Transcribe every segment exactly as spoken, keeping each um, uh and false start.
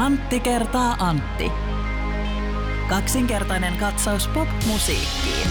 Antti kertaa Antti. Kaksinkertainen katsaus pop-musiikkiin.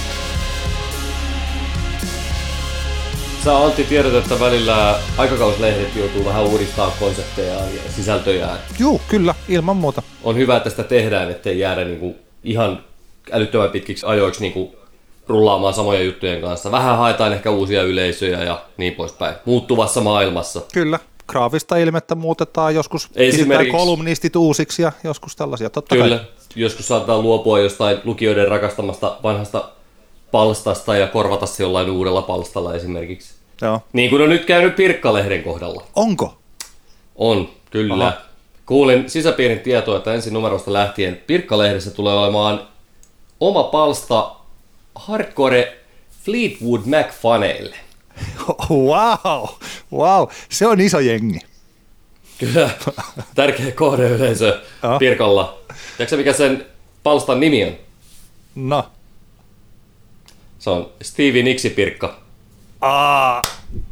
Sä Antti tiedät, että välillä aikakauslehdet joutuu vähän uudistamaan konseptejaan ja sisältöjään. Juu, kyllä, ilman muuta. On hyvä, että sitä tehdään, ettei jäädä niinku ihan älyttömän pitkiksi ajoiksi niinku rullaamaan samoja juttujen kanssa. Vähän haetaan ehkä uusia yleisöjä ja niin poispäin. Muuttuvassa maailmassa. Kyllä. Graafista ilmettä muutetaan, joskus pistetään kolumnistit uusiksi ja joskus tällaisia, totta Kyllä, kai. Joskus saattaa luopua jostain lukijoiden rakastamasta vanhasta palstasta ja korvata se jollain uudella palstalla esimerkiksi. Joo. Niin kuin on nyt käynyt Pirkka-lehden kohdalla. Onko? On, kyllä. Aha. Kuulin sisäpiirin tietoa, että ensi numerosta lähtien Pirkka-lehdessä tulee olemaan oma palsta hardcore Fleetwood Mac-faneille. Wow, wow, se on iso jengi. Kyllä, tärkeä kohdeyleisö Pirkalla. Tiedätkö mikä sen palstan nimi on? No. Se on Stevie Nicks Pirkka. Aa.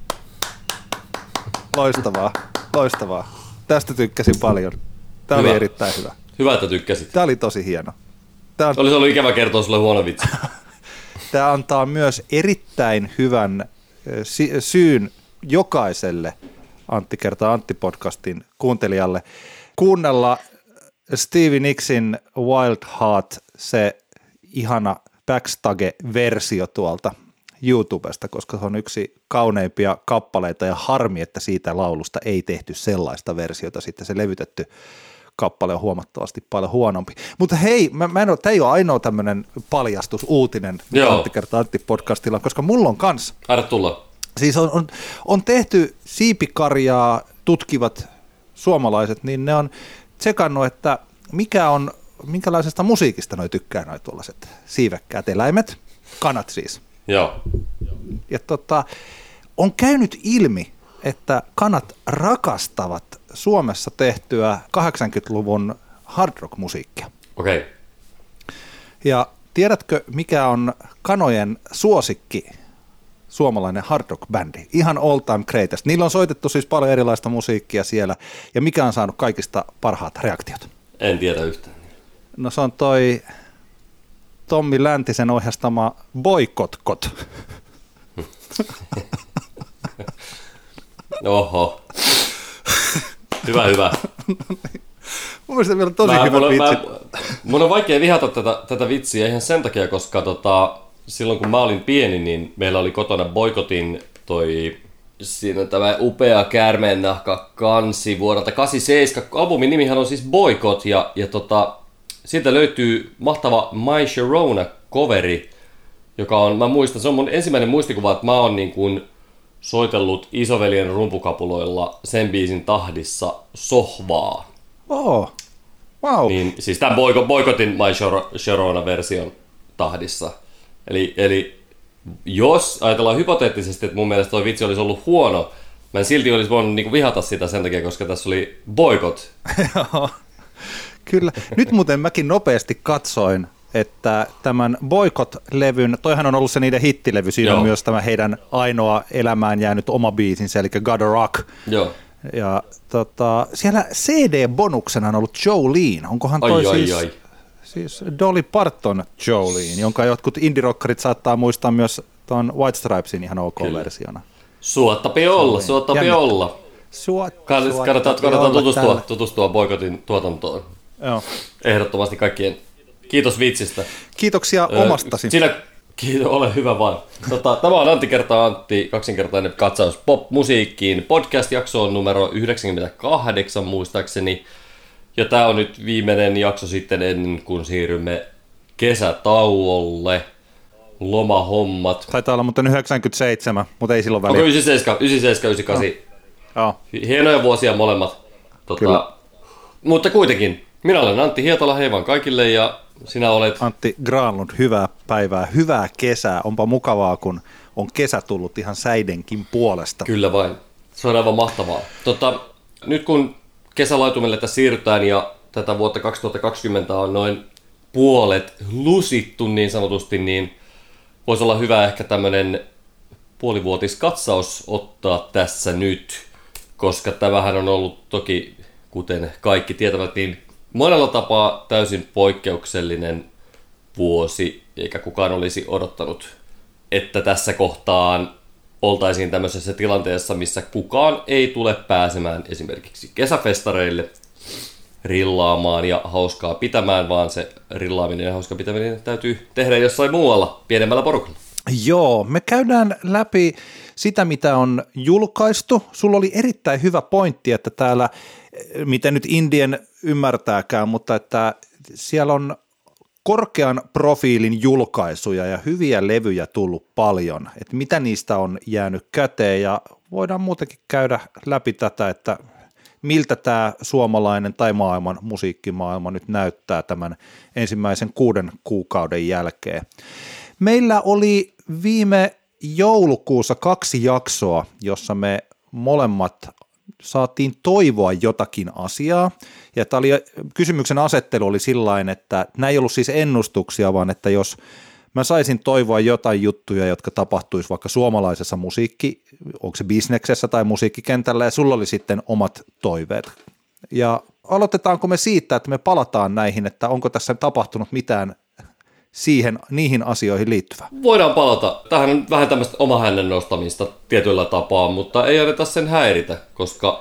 Loistavaa, loistavaa. Tästä tykkäsin paljon. Tämä hyvä. Oli erittäin hyvä. Hyvä, että tykkäsit. Tämä oli tosi hieno. Tämä on... Olisi ollut ikävä kertoa sulle huono vitsi. Tämä antaa myös erittäin hyvän syyn jokaiselle Antti kertaa Antti-podcastin kuuntelijalle kuunnella Stevie Nicksin Wild Heart, se ihana backstage-versio tuolta YouTubesta, koska se on yksi kauneimpia kappaleita ja harmi, että siitä laulusta ei tehty sellaista versiota. Sitten se levytetty kappale on huomattavasti paljon huonompi. Mutta hei, mä, mä en ole, tämä ei ole ainoa tämmöinen paljastus, uutinen Antti kertaa Antti-podcastilla, koska mulla on kans. Aina tulla. Siis on, on, on tehty siipikarjaa tutkivat suomalaiset, niin ne on tsekannut, että mikä on, minkälaisesta musiikista noi tykkää noi tuollaiset siivekkäät eläimet, kanat siis. Joo. Ja tota, on käynyt ilmi, että kanat rakastavat Suomessa tehtyä kahdeksankymmentäluvun hard rock musiikkia. Okei. Okay. Ja tiedätkö, mikä on kanojen suosikki suomalainen hard rock bändi? Ihan all time greatest. Niillä on soitettu siis paljon erilaista musiikkia siellä. Ja mikä on saanut kaikista parhaat reaktiot? En tiedä yhtään. No se on toi Tommi Läntisen ohjastama Boikotkot. Oho. Hyvä, hyvä. Mun mielestä vielä tosi mä, hyvä mun, vitsi. Mä, mun on vaikea vihata tätä, tätä vitsiä ihan sen takia, koska tota, silloin kun mä olin pieni, niin meillä oli kotona Boikotin toi, siinä on tämä upea käärmeennahka kansi vuodelta kahdeksankymmentäseitsemän. Albumin nimihän on siis Boikot ja, ja tota, siitä löytyy mahtava My Sharona-coveri, joka on, mä muistan, se on mun ensimmäinen muistikuva, että mä oon niin kuin soitellut isoveljen rumpukapuloilla sen biisin tahdissa sohvaa. Oh, wow. Niin, siis tämän Boikotin My Sharona-version tahdissa. Eli, eli jos ajatellaan hypoteettisesti, että mun mielestä toi vitsi olisi ollut huono, mä en silti olisi voinut niinku vihata sitä sen takia, koska tässä oli Boikot. Joo, kyllä. Nyt muuten mäkin nopeasti katsoin, että tämän Boikot-levyn, toihan on ollut se niiden hittilevy, siinä Joo. on myös tämä heidän ainoa elämään jäänyt oma biisinsä, eli Gotta Rock. Joo. Ja tota, siellä C D-bonuksena on ollut Jolene, onkohan toi ai, siis, ai, ai. siis Dolly Parton Jolene, jonka jotkut indie-rockerit saattaa muistaa myös tuon White Stripesin ihan ok-versiona. Suottapi olla, suottapi olla. Suot, Kannattaa, kannattaa tutustua, tutustua Boikotin tuotantoon. Joo. Ehdottomasti kaikkien. Kiitos vitsistä. Kiitoksia öö, omastasi. Sinä, kiitos, ole hyvä vaan. Tota, tämä on Antti kertaa Antti, kaksinkertainen katsaus pop-musiikkiin. Podcast-jakso on numero yhdeksänkymmentäkahdeksan muistaakseni. Ja tämä on nyt viimeinen jakso sitten ennen kuin siirrymme kesätauolle. Lomahommat. Taitaa olla muuten yhdeksänkymmentäseitsemän, mutta ei silloin väliä. Onko yhdeksänkymmentäseitsemän, yhdeksänkymmentäseitsemän, yhdeksänkymmentäkahdeksan? Joo. Hienoja vuosia molemmat. Tota, mutta kuitenkin, minä olen Antti Hietala, hei vaan kaikille ja sinä olet... Antti Granlund, hyvää päivää, hyvää kesää. Onpa mukavaa, kun on kesä tullut ihan säidenkin puolesta. Kyllä vain, se on aivan mahtavaa. Tota, nyt kun kesälaitumille tässä siirrytään ja tätä vuotta kaksituhattakaksikymmentä on noin puolet lusittu niin sanotusti, niin voisi olla hyvä ehkä tämmöinen puolivuotiskatsaus ottaa tässä nyt, koska tämähän on ollut toki kuten kaikki tietävät, niin monella tapaa täysin poikkeuksellinen vuosi, eikä kukaan olisi odottanut, että tässä kohtaan oltaisiin tämmöisessä tilanteessa, missä kukaan ei tule pääsemään esimerkiksi kesäfestareille rillaamaan ja hauskaa pitämään, vaan se rillaaminen ja hauskaa pitäminen täytyy tehdä jossain muualla, pienemmällä porukalla. Joo, me käydään läpi sitä, mitä on julkaistu. Sulla oli erittäin hyvä pointti, että täällä, miten nyt Indien ymmärtääkään, mutta että siellä on korkean profiilin julkaisuja ja hyviä levyjä tullut paljon, että mitä niistä on jäänyt käteen ja voidaan muutenkin käydä läpi tätä, että miltä tämä suomalainen tai maailman musiikkimaailma nyt näyttää tämän ensimmäisen kuuden kuukauden jälkeen. Meillä oli viime joulukuussa kaksi jaksoa, jossa me molemmat saatiin toivoa jotakin asiaa, ja tämä oli, kysymyksen asettelu oli sillain, että nämä ei ollut siis ennustuksia, vaan että jos mä saisin toivoa jotain juttuja, jotka tapahtuisi vaikka suomalaisessa musiikki, onko se bisneksessä tai musiikkikentällä, ja sulla oli sitten omat toiveet. Ja aloitetaanko me siitä, että me palataan näihin, että onko tässä tapahtunut mitään siihen, niihin asioihin liittyvää? Voidaan palata. Tähän on vähän tämmöistä omahännen nostamista tietyllä tapaa, mutta ei anneta sen häiritä, koska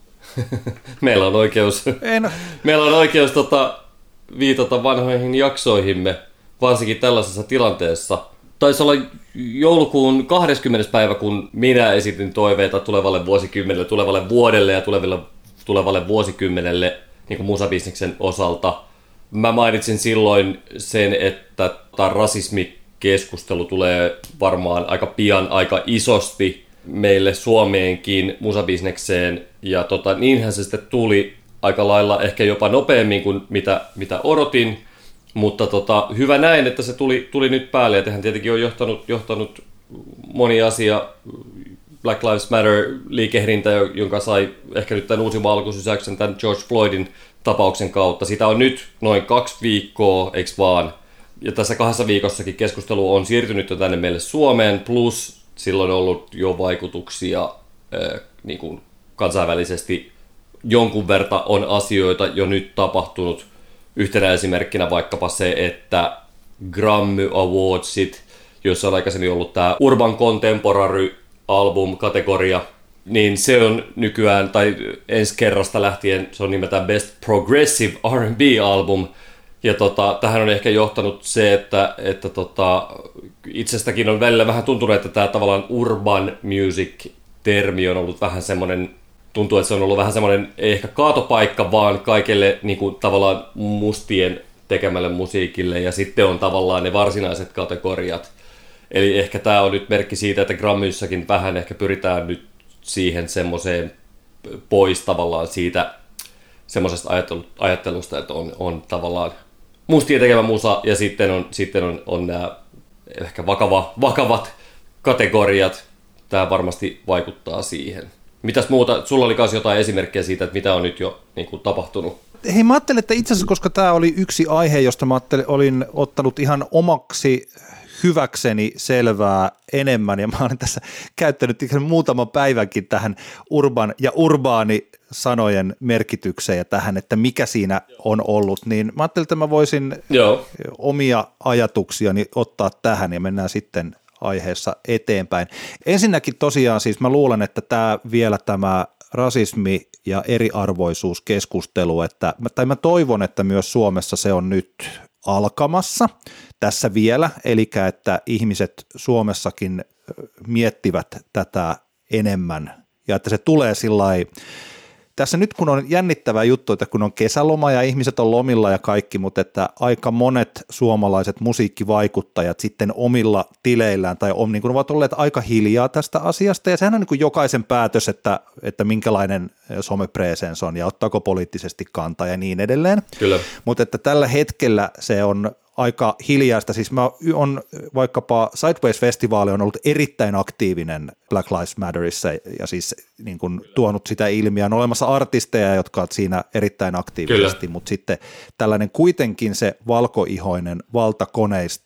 meillä on oikeus, en... meillä on oikeus tota, viitata vanhoihin jaksoihimme, varsinkin tällaisessa tilanteessa. Taisi olla joulukuun kahdeskymmenes päivä, kun minä esitin toiveita tulevalle vuosikymmenelle, tulevalle vuodelle ja tulevalle, tulevalle vuosikymmenelle niin kuin musabisneksen osalta. Mä mainitsin silloin sen, että tämä rasismikeskustelu tulee varmaan aika pian aika isosti meille Suomeenkin musabisnekseen. Ja tota, niinhän se sitten tuli aika lailla ehkä jopa nopeammin kuin mitä, mitä odotin. Mutta tota, hyvä näin, että se tuli, tuli nyt päälle. Ja tehän tietenkin on johtanut, johtanut moni asia. Black Lives Matter-liikehdintä, jonka sai ehkä nyt tämän uusin valkoisysäyksen tämän George Floydin tapauksen kautta. Sitä on nyt noin kaksi viikkoa, eikö vaan? Ja tässä kahdessa viikossakin keskustelu on siirtynyt jo tänne meille Suomeen, plus silloin on ollut jo vaikutuksia äh, niin kuin kansainvälisesti. Jonkun verran on asioita jo nyt tapahtunut. Yhtenä esimerkkinä vaikkapa se, että Grammy Awardsit, joissa on aikaisemmin ollut tämä Urban Contemporary Album-kategoria, niin se on nykyään, tai ensi kerrasta lähtien, se on nimeltään Best Progressive R and B-album. Ja tota, tähän on ehkä johtanut se, että, että tota, itsestäkin on välillä vähän tuntunut, että tämä tavallaan urban music-termi on ollut vähän semmoinen, tuntuu, että se on ollut vähän semmoinen, ei ehkä kaatopaikka, vaan kaikille niin kuin, tavallaan mustien tekemälle musiikille, ja sitten on tavallaan ne varsinaiset kategoriat. Eli ehkä tämä on nyt merkki siitä, että Grammyssakin vähän ehkä pyritään nyt siihen semmoiseen pois tavallaan siitä semmoisesta ajattelusta, että on, on tavallaan mustien tekemä musa ja sitten on, sitten on, on nämä ehkä vakava, vakavat kategoriat. Tämä varmasti vaikuttaa siihen. Mitäs muuta? Sulla oli myös jotain esimerkkejä siitä, että mitä on nyt jo niin kuin, tapahtunut? Hei, mä ajattelin, että itse asiassa, koska tämä oli yksi aihe, josta mä ajattelin, olin ottanut ihan omaksi hyväkseni selvää enemmän, ja mä olen tässä käyttänyt muutaman päivänkin tähän urban ja urbaani sanojen merkitykseen ja tähän, että mikä siinä on ollut, niin mä ajattelin, että mä voisin Joo. omia ajatuksiani ottaa tähän ja mennään sitten aiheessa eteenpäin. Ensinnäkin tosiaan siis mä luulen, että tämä vielä tämä rasismi ja eriarvoisuuskeskustelu, että, tai mä toivon, että myös Suomessa se on nyt alkamassa tässä vielä, eli että ihmiset Suomessakin miettivät tätä enemmän ja että se tulee sillai. Tässä nyt kun on jännittävä juttu, että kun on kesäloma ja ihmiset on lomilla ja kaikki, mutta että aika monet suomalaiset musiikkivaikuttajat sitten omilla tileillään tai on, niin kuin ovat olleet aika hiljaa tästä asiasta, ja sehän on niin kuin jokaisen päätös, että, että minkälainen somepresens on ja ottaako poliittisesti kantaa ja niin edelleen. Kyllä. Mutta että tällä hetkellä se on aika hiljaista, siis mä on vaikkapa Sideways-festivaali on ollut erittäin aktiivinen Black Lives Matterissa ja siis niin kuin tuonut sitä ilmiä, on olemassa artisteja, jotka ovat siinä erittäin aktiivisesti, Kyllä. mutta sitten tällainen kuitenkin se valkoihoinen valtakoneisto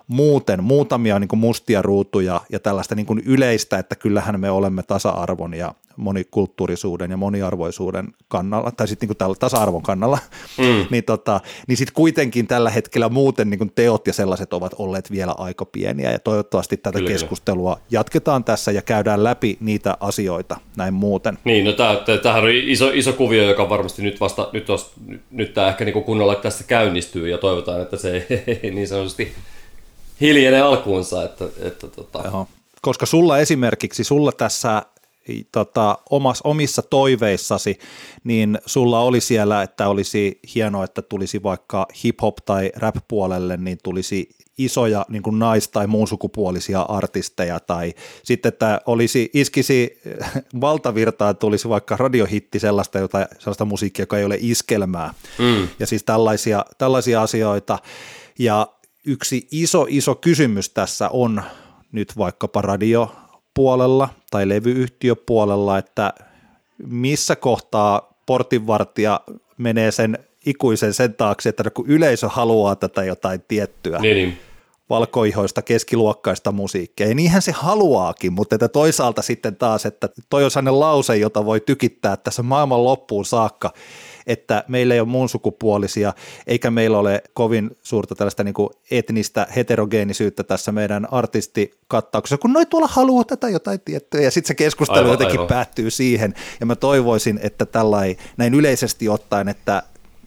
muuten muutamia niin kuin mustia ruutuja ja tällaista niin kuin yleistä, että kyllähän me olemme tasa-arvon ja monikulttuurisuuden ja moniarvoisuuden kannalla, tai sitten niin tällä tasa-arvon kannalla, mm. niin, tota, niin sitten kuitenkin tällä hetkellä muuten niin kuin teot ja sellaiset ovat olleet vielä aika pieniä, ja toivottavasti tätä kyllä, keskustelua kyllä. jatketaan tässä ja käydään läpi niitä asioita näin muuten. Niin, no tämähän on iso, iso kuvio, joka varmasti nyt vasta, nyt, os, nyt, nyt tämä ehkä niin kuin kunnolla tässä käynnistyy, ja toivotaan, että se ei niin sanotusti hiljene alkuunsa, että, että tota. Joo. Koska sulla esimerkiksi, sulla tässä Tota, omas, omissa toiveissasi, niin sulla oli siellä, että olisi hienoa, että tulisi vaikka hip-hop- tai rap-puolelle, niin tulisi isoja niin kuin nais- tai muun sukupuolisia artisteja, tai sitten, että olisi, iskisi valtavirtaan, tulisi vaikka radiohitti sellaista, jota, sellaista musiikkia, joka ei ole iskelmää, mm. ja siis tällaisia, tällaisia asioita, ja yksi iso, iso kysymys tässä on nyt vaikkapa radio puolella tai levyyhtiöpuolella, että missä kohtaa portinvartija menee sen ikuisen sen taakse, että kun yleisö haluaa tätä jotain tiettyä niin, niin. valkoihoista keskiluokkaista musiikkia, ja niinhän se haluaakin, mutta että toisaalta sitten taas, että toi on sellainen lause, jota voi tykittää tässä maailman loppuun saakka, että meillä ei ole muun sukupuolisia, eikä meillä ole kovin suurta tällaista niin kuin etnistä heterogeenisyyttä tässä meidän artistikattauksessa, kun noi tuolla haluaa tätä jotain tiettyä, ja sitten se keskustelu aivan, jotenkin aivan. päättyy siihen, ja mä toivoisin, että tällainen, näin yleisesti ottaen, että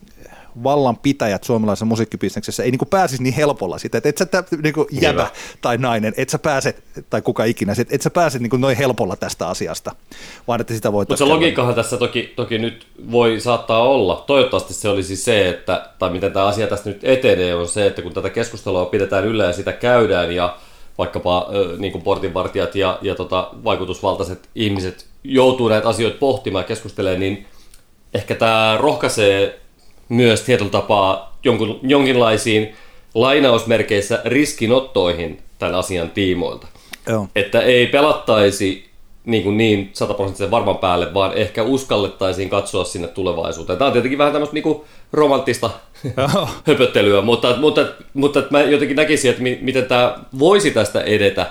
vallanpitäjät suomalaisessa musiikkibisneksessä ei niin kuin pääsisi niin helpolla sitä, että et sä niin kuin jäbä Hyvä. tai nainen, et sä pääse, tai kuka ikinä, et, et sä pääse niin kuin noin helpolla tästä asiasta, vaan että sitä voitaisiin. Mutta se logiikkahan tässä toki, toki nyt voi saattaa olla. Toivottavasti se olisi se, että, tai miten tämä asia tästä nyt etenee, on se, että kun tätä keskustelua pidetään yllä ja sitä käydään, ja vaikkapa niin kuin portinvartijat ja, ja tota, vaikutusvaltaiset ihmiset joutuu näitä asioita pohtimaan ja keskustelemaan, niin ehkä tämä rohkaisee myös tietyllä tapaa jonkun, jonkinlaisiin lainausmerkeissä riskinottoihin tämän asian tiimoilta. Joo. Että ei pelattaisi niin, kuin niin sataprosenttisen varman päälle, vaan ehkä uskallettaisiin katsoa sinne tulevaisuuteen. Tämä on tietenkin vähän tämmöistä niin kuin romanttista höpöttelyä, mutta, mutta, mutta mä jotenkin näkisin, että miten tämä voisi tästä edetä,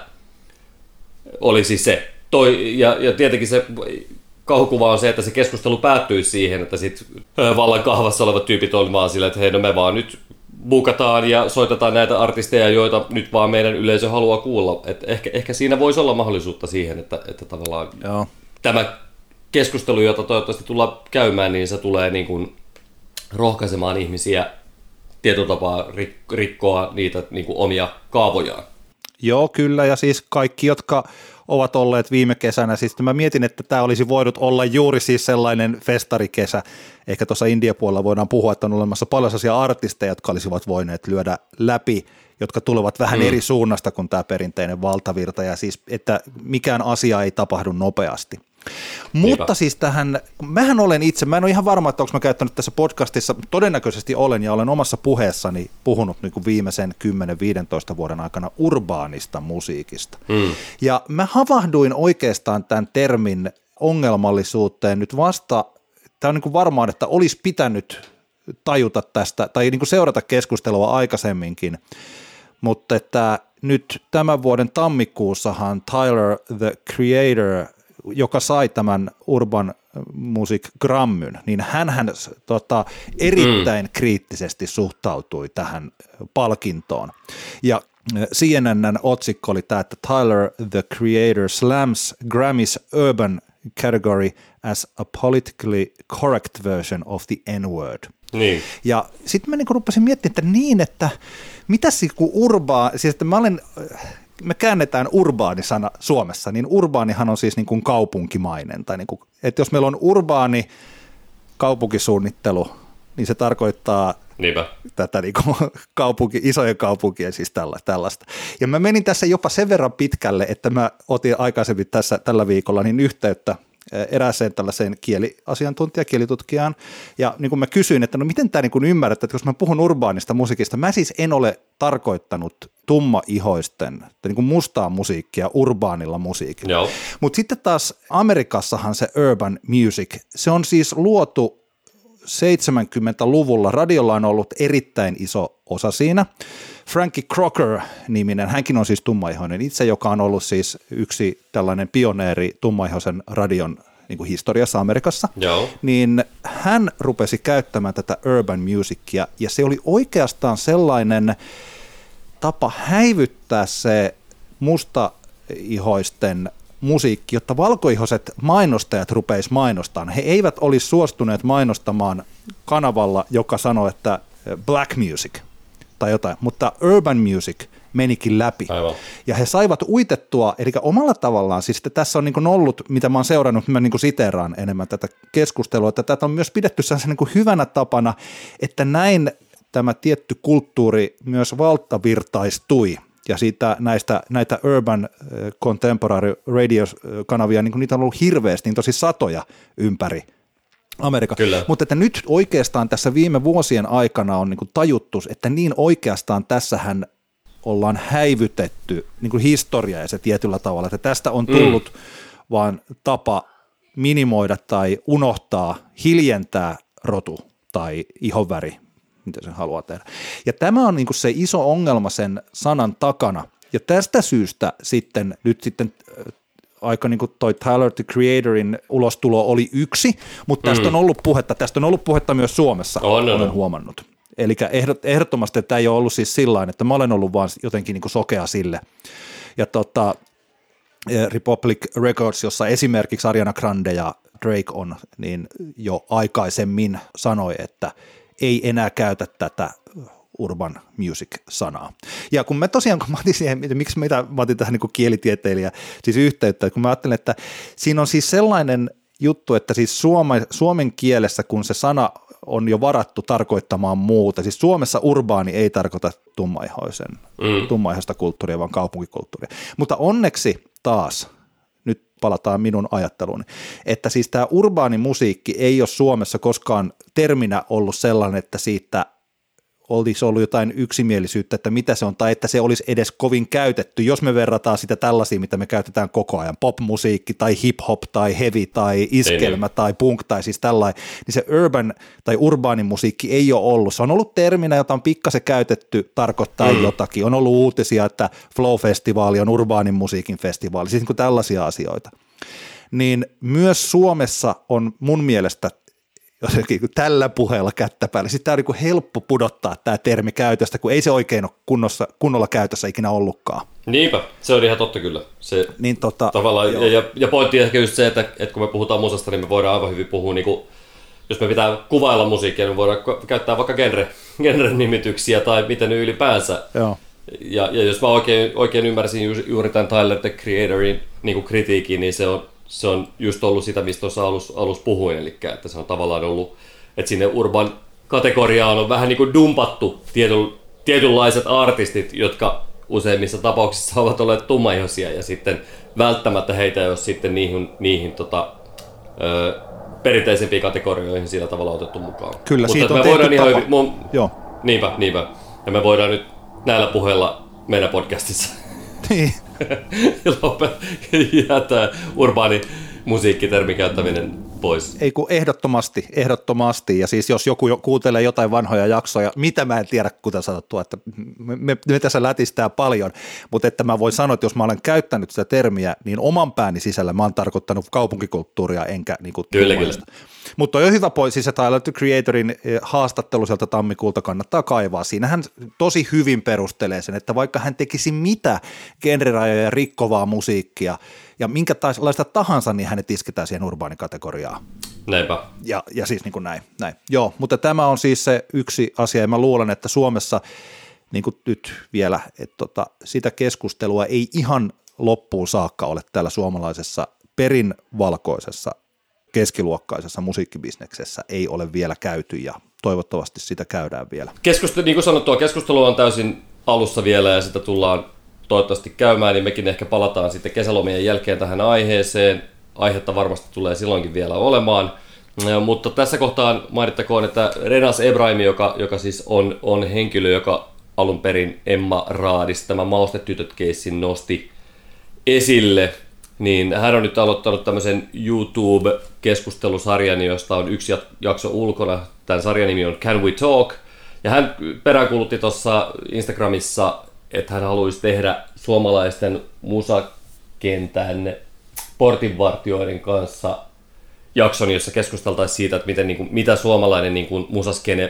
olisi se. Toi, ja, ja tietenkin se kauhukuva on se, että se keskustelu päättyisi siihen, että sitten vallan kahvassa olevat tyypit on vaan silleen, että hei, no me vaan nyt buukataan ja soitetaan näitä artisteja, joita nyt vaan meidän yleisö haluaa kuulla. Et ehkä, ehkä siinä voisi olla mahdollisuutta siihen, että, että tavallaan Joo. tämä keskustelu, jota toivottavasti tullaan käymään, niin se tulee niin kuin rohkaisemaan ihmisiä tietyllä tapaa rikkoa niitä niin kuin omia kaavojaan. Joo, kyllä, ja siis kaikki, jotka ovat olleet viime kesänä, siis mä mietin, että tämä olisi voinut olla juuri siis sellainen festarikesä, ehkä tuossa India-puolella voidaan puhua, että on olemassa paljon sellaisia artisteja, jotka olisivat voineet lyödä läpi, jotka tulevat vähän mm. eri suunnasta kuin tämä perinteinen valtavirta, ja siis, että mikään asia ei tapahdu nopeasti. Mutta Niinpä. Siis tähän, mähän olen itse, mä en ole ihan varma, että onko mä käyttänyt tässä podcastissa, todennäköisesti olen ja olen omassa puheessani puhunut niin kuin viimeisen kymmenen viisitoista vuoden aikana urbaanista musiikista. Mm. Ja mä havahduin oikeastaan tämän termin ongelmallisuuteen nyt vasta, tämä on niin kuin varmaan, että olisi pitänyt tajuta tästä tai niin kuin seurata keskustelua aikaisemminkin, mutta että nyt tämän vuoden tammikuussahan Tyler, the Creator, joka sai tämän Urban Music Grammyn, niin hänhän tota, erittäin mm. kriittisesti suhtautui tähän palkintoon. Ja C N N:n otsikko oli tämä, että Tyler, the Creator, slams Grammys urban category as a politically correct version of the N-word. Niin. Ja sitten mä niin rupesin miettimään, että niin, että mitä siis kun urbaa, siis että mä olen... me käännetään urbaani-sana Suomessa, niin urbaanihan on siis niin kuin kaupunkimainen. Tai niin kuin, että jos meillä on urbaani kaupunkisuunnittelu, niin se tarkoittaa Niinpä. tätä niin kuin kaupunki, isojen kaupunkien siis tällaista. Ja mä menin tässä jopa sen verran pitkälle, että mä otin aikaisemmin tässä tällä viikolla niin yhteyttä erääseen tällaiseen kieliasiantuntija, kielitutkijaan, ja niin kuin mä kysyin, että no miten tämä niin kuin ymmärrät, että jos mä puhun urbaanista musiikista, mä siis en ole tarkoittanut tummaihoisten, niin kuin mustaa musiikkia urbaanilla musiikilla. Mutta sitten taas Amerikassahan se urban music, se on siis luotu seitsemänkymmentäluvulla radiolla on ollut erittäin iso osa siinä. Frankie Crocker-niminen, hänkin on siis tummaihoinen itse, joka on ollut siis yksi tällainen pioneeri tummaihoisen radion niin kuin historiassa Amerikassa, Joo. niin hän rupesi käyttämään tätä urban musicia, ja se oli oikeastaan sellainen tapa häivyttää se mustaihoisten musiikki, jotta valkoihoiset mainostajat rupeisi mainostamaan. He eivät olisi suostuneet mainostamaan kanavalla, joka sanoi, että black music tai jotain, mutta urban music menikin läpi. Aivan. Ja he saivat uitettua, eli omalla tavallaan, siis tässä on niin kuin ollut, mitä mä oon seurannut, mä niin kuin siteeraan enemmän tätä keskustelua, että tätä on myös pidetty sellaisen niin kuin hyvänä tapana, että näin tämä tietty kulttuuri myös valtavirtaistui. Ja siitä näistä, näitä urban contemporary radio-kanavia, niin niitä on ollut hirveästi, niin tosi satoja ympäri Amerikka. Kyllä. Mutta että nyt oikeastaan tässä viime vuosien aikana on niin kuin tajuttu, että niin oikeastaan tässähän ollaan häivytetty niin kuin historia ja se tietyllä tavalla, että tästä on tullut mm. vaan tapa minimoida tai unohtaa, hiljentää rotu tai ihonväri, mitä sen haluaa tehdä. Ja tämä on niin kuin se iso ongelma sen sanan takana. Ja tästä syystä sitten nyt sitten aika niin kuin toi Tyler the Creatorin ulostulo oli yksi, mutta tästä mm. on ollut puhetta, tästä on ollut puhetta myös Suomessa, on, olen on. huomannut. Eli ehdottomasti tämä ei ole ollut siis sillain, että mä olen ollut vaan jotenkin niin kuin sokea sille. Ja tota, Republic Records, jossa esimerkiksi Ariana Grande ja Drake on, niin jo aikaisemmin sanoi, että ei enää käytä tätä urban music-sanaa. Ja kun mä tosiaan, kun mä otin siihen, miksi mitä mä otin tähän niin kuin kielitieteilijä, siis yhteyttä, kun mä ajattelen, että siinä on siis sellainen juttu, että siis suome, suomen kielessä, kun se sana on jo varattu tarkoittamaan muuta, siis Suomessa urbaani ei tarkoita tummaihoisen, mm. tummaihoista kulttuuria, vaan kaupunkikulttuuria. Mutta onneksi taas, nyt palataan minun ajatteluun, että siis tämä urbaani musiikki ei ole Suomessa koskaan terminä ollut sellainen, että siitä olisi ollut jotain yksimielisyyttä, että mitä se on, tai että se olisi edes kovin käytetty, jos me verrataan sitä tällaisia, mitä me käytetään koko ajan, popmusiikki tai hip-hop tai heavy tai iskelmä tai punk tai siis tällainen, niin se urban tai urbaanin musiikki ei ole ollut. Se on ollut terminä, jota on pikkasen käytetty tarkoittaa mm. jotakin. On ollut uutisia, että Flow-festivaali on urbaanin musiikin festivaali, siis niin kuin tällaisia asioita. Niin myös Suomessa on mun mielestä jotenkin tällä puheella kättä päälle. Sitten tämä on niin helppo pudottaa tämä termi käytöstä, kun ei se oikein ole kunnossa, kunnolla käytössä ikinä ollutkaan. Niinpä, se on ihan totta kyllä. Se, niin tota, tavallaan, ja, ja, ja pointti ehkä just se, että, että kun me puhutaan musasta, niin me voidaan aivan hyvin puhua, niin kuin, jos me pitää kuvailla musiikkia, niin me voidaan käyttää vaikka genre, genre-nimityksiä tai miten nyt ylipäänsä. Joo. Ja, ja jos mä oikein, oikein ymmärsin ju, juuri tämän Tyler the Creatorin niin kuin kritiikin, niin se on Se on just ollut sitä, mistä tuossa alussa alus puhuin, eli että se on tavallaan ollut, että sinne urban kategoriaan on vähän niin kuin dumpattu tietyn, tietynlaiset artistit, jotka useimmissa tapauksissa ovat olleet tummaihoisia, ja sitten välttämättä heitä ei ole sitten niihin, niihin tota, ö, perinteisempiin kategorioihin sillä tavalla otettu mukaan. Kyllä, mutta siitä me on voidaan tehty ihan tapa. hyvin, mun, Joo. Niinpä, niinpä. Ja me voidaan nyt näillä puheilla meidän podcastissa Niin. jätää urbaani musiikkitermin käyttäminen pois. Ei kun ehdottomasti, ehdottomasti. Ja siis jos joku kuuntelee jotain vanhoja jaksoja, mitä mä en tiedä, kuten sanottua, että me, me, me tässä lätistää paljon, mutta että mä voin sanoa, että jos mä olen käyttänyt sitä termiä, niin oman pääni sisällä mä oon tarkoittanut kaupunkikulttuuria, enkä niin kuin kyllä, kyllä. Mutta on jo hyvä pois, siis Tyler the Creatorin haastattelu sieltä tammikuulta kannattaa kaivaa. Siinä hän tosi hyvin perustelee sen, että vaikka hän tekisi mitä genrerajoja rikkovaa musiikkia ja minkälaista tahansa, niin hänet isketään siihen urbaanin-kategoriaan. Näinpä. Ja, ja siis niin kuin näin, näin. Joo, mutta tämä on siis se yksi asia, ja mä luulen, että Suomessa niin kuin nyt vielä, että tota, sitä keskustelua ei ihan loppuun saakka ole täällä suomalaisessa perinvalkoisessa keskiluokkaisessa musiikkibisneksessä ei ole vielä käyty, ja toivottavasti sitä käydään vielä. Keskustelu, niin kuin sanottua, keskustelu on täysin alussa vielä, ja sitä tullaan toivottavasti käymään, niin mekin ehkä palataan sitten kesälomien jälkeen tähän aiheeseen. Aihetta varmasti tulee silloinkin vielä olemaan, ja, mutta tässä kohtaan mainittakoon, että Renas Ebrahimi, joka, joka siis on, on henkilö, joka alun perin Emma Raadis, tämä Maustetytöt-keissin nosti esille, niin hän on nyt aloittanut tämmöisen YouTube-keskustelusarjan, josta on yksi jakso ulkona. Tämän sarjan nimi on Can We Talk? Ja hän peräänkuulutti tuossa Instagramissa, että hän haluaisi tehdä suomalaisten musakentän portinvartijoiden kanssa jakson, jossa keskusteltaisiin siitä, että miten, niin kuin, mitä suomalainen niin kuin, musaskene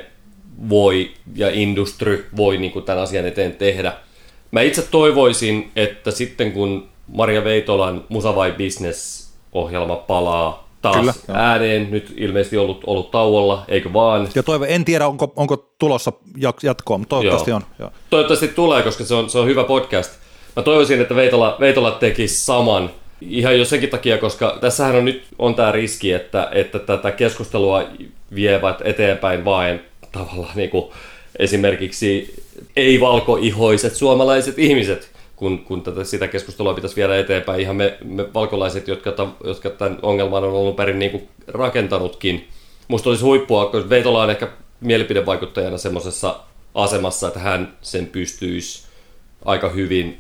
voi ja industry voi niin kuin, tämän asian eteen tehdä. Mä itse toivoisin, että sitten kun Maria Veitolan Musa vai Business-ohjelma palaa taas Kyllä, ääneen, nyt ilmeisesti ollut, ollut tauolla, eikö vaan? Ja toivo, en tiedä, onko, onko tulossa jatkoa, mutta toivottavasti Joo. on. Joo. Toivottavasti tulee, koska se on, se on hyvä podcast. Mä toivoisin, että Veitola, Veitola tekisi saman. Ihan jo senkin takia, koska tässähän on nyt on tämä riski, että, että tätä keskustelua vievät eteenpäin vain tavallaan niin kuin esimerkiksi ei-valkoihoiset suomalaiset ihmiset, kun, kun tätä, sitä keskustelua pitäisi viedä eteenpäin. Ihan me, me valkolaiset, jotka, jotka tämän ongelman on ollut perin niin kuin rakentanutkin. Musta olisi huippua, koska Veitola on ehkä mielipidevaikuttajana semmoisessa asemassa, että hän sen pystyisi aika hyvin.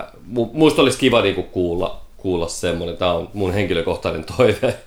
Musta olisi kiva niin kuin kuulla. kuulla semmoinen. Tämä on mun henkilökohtainen toive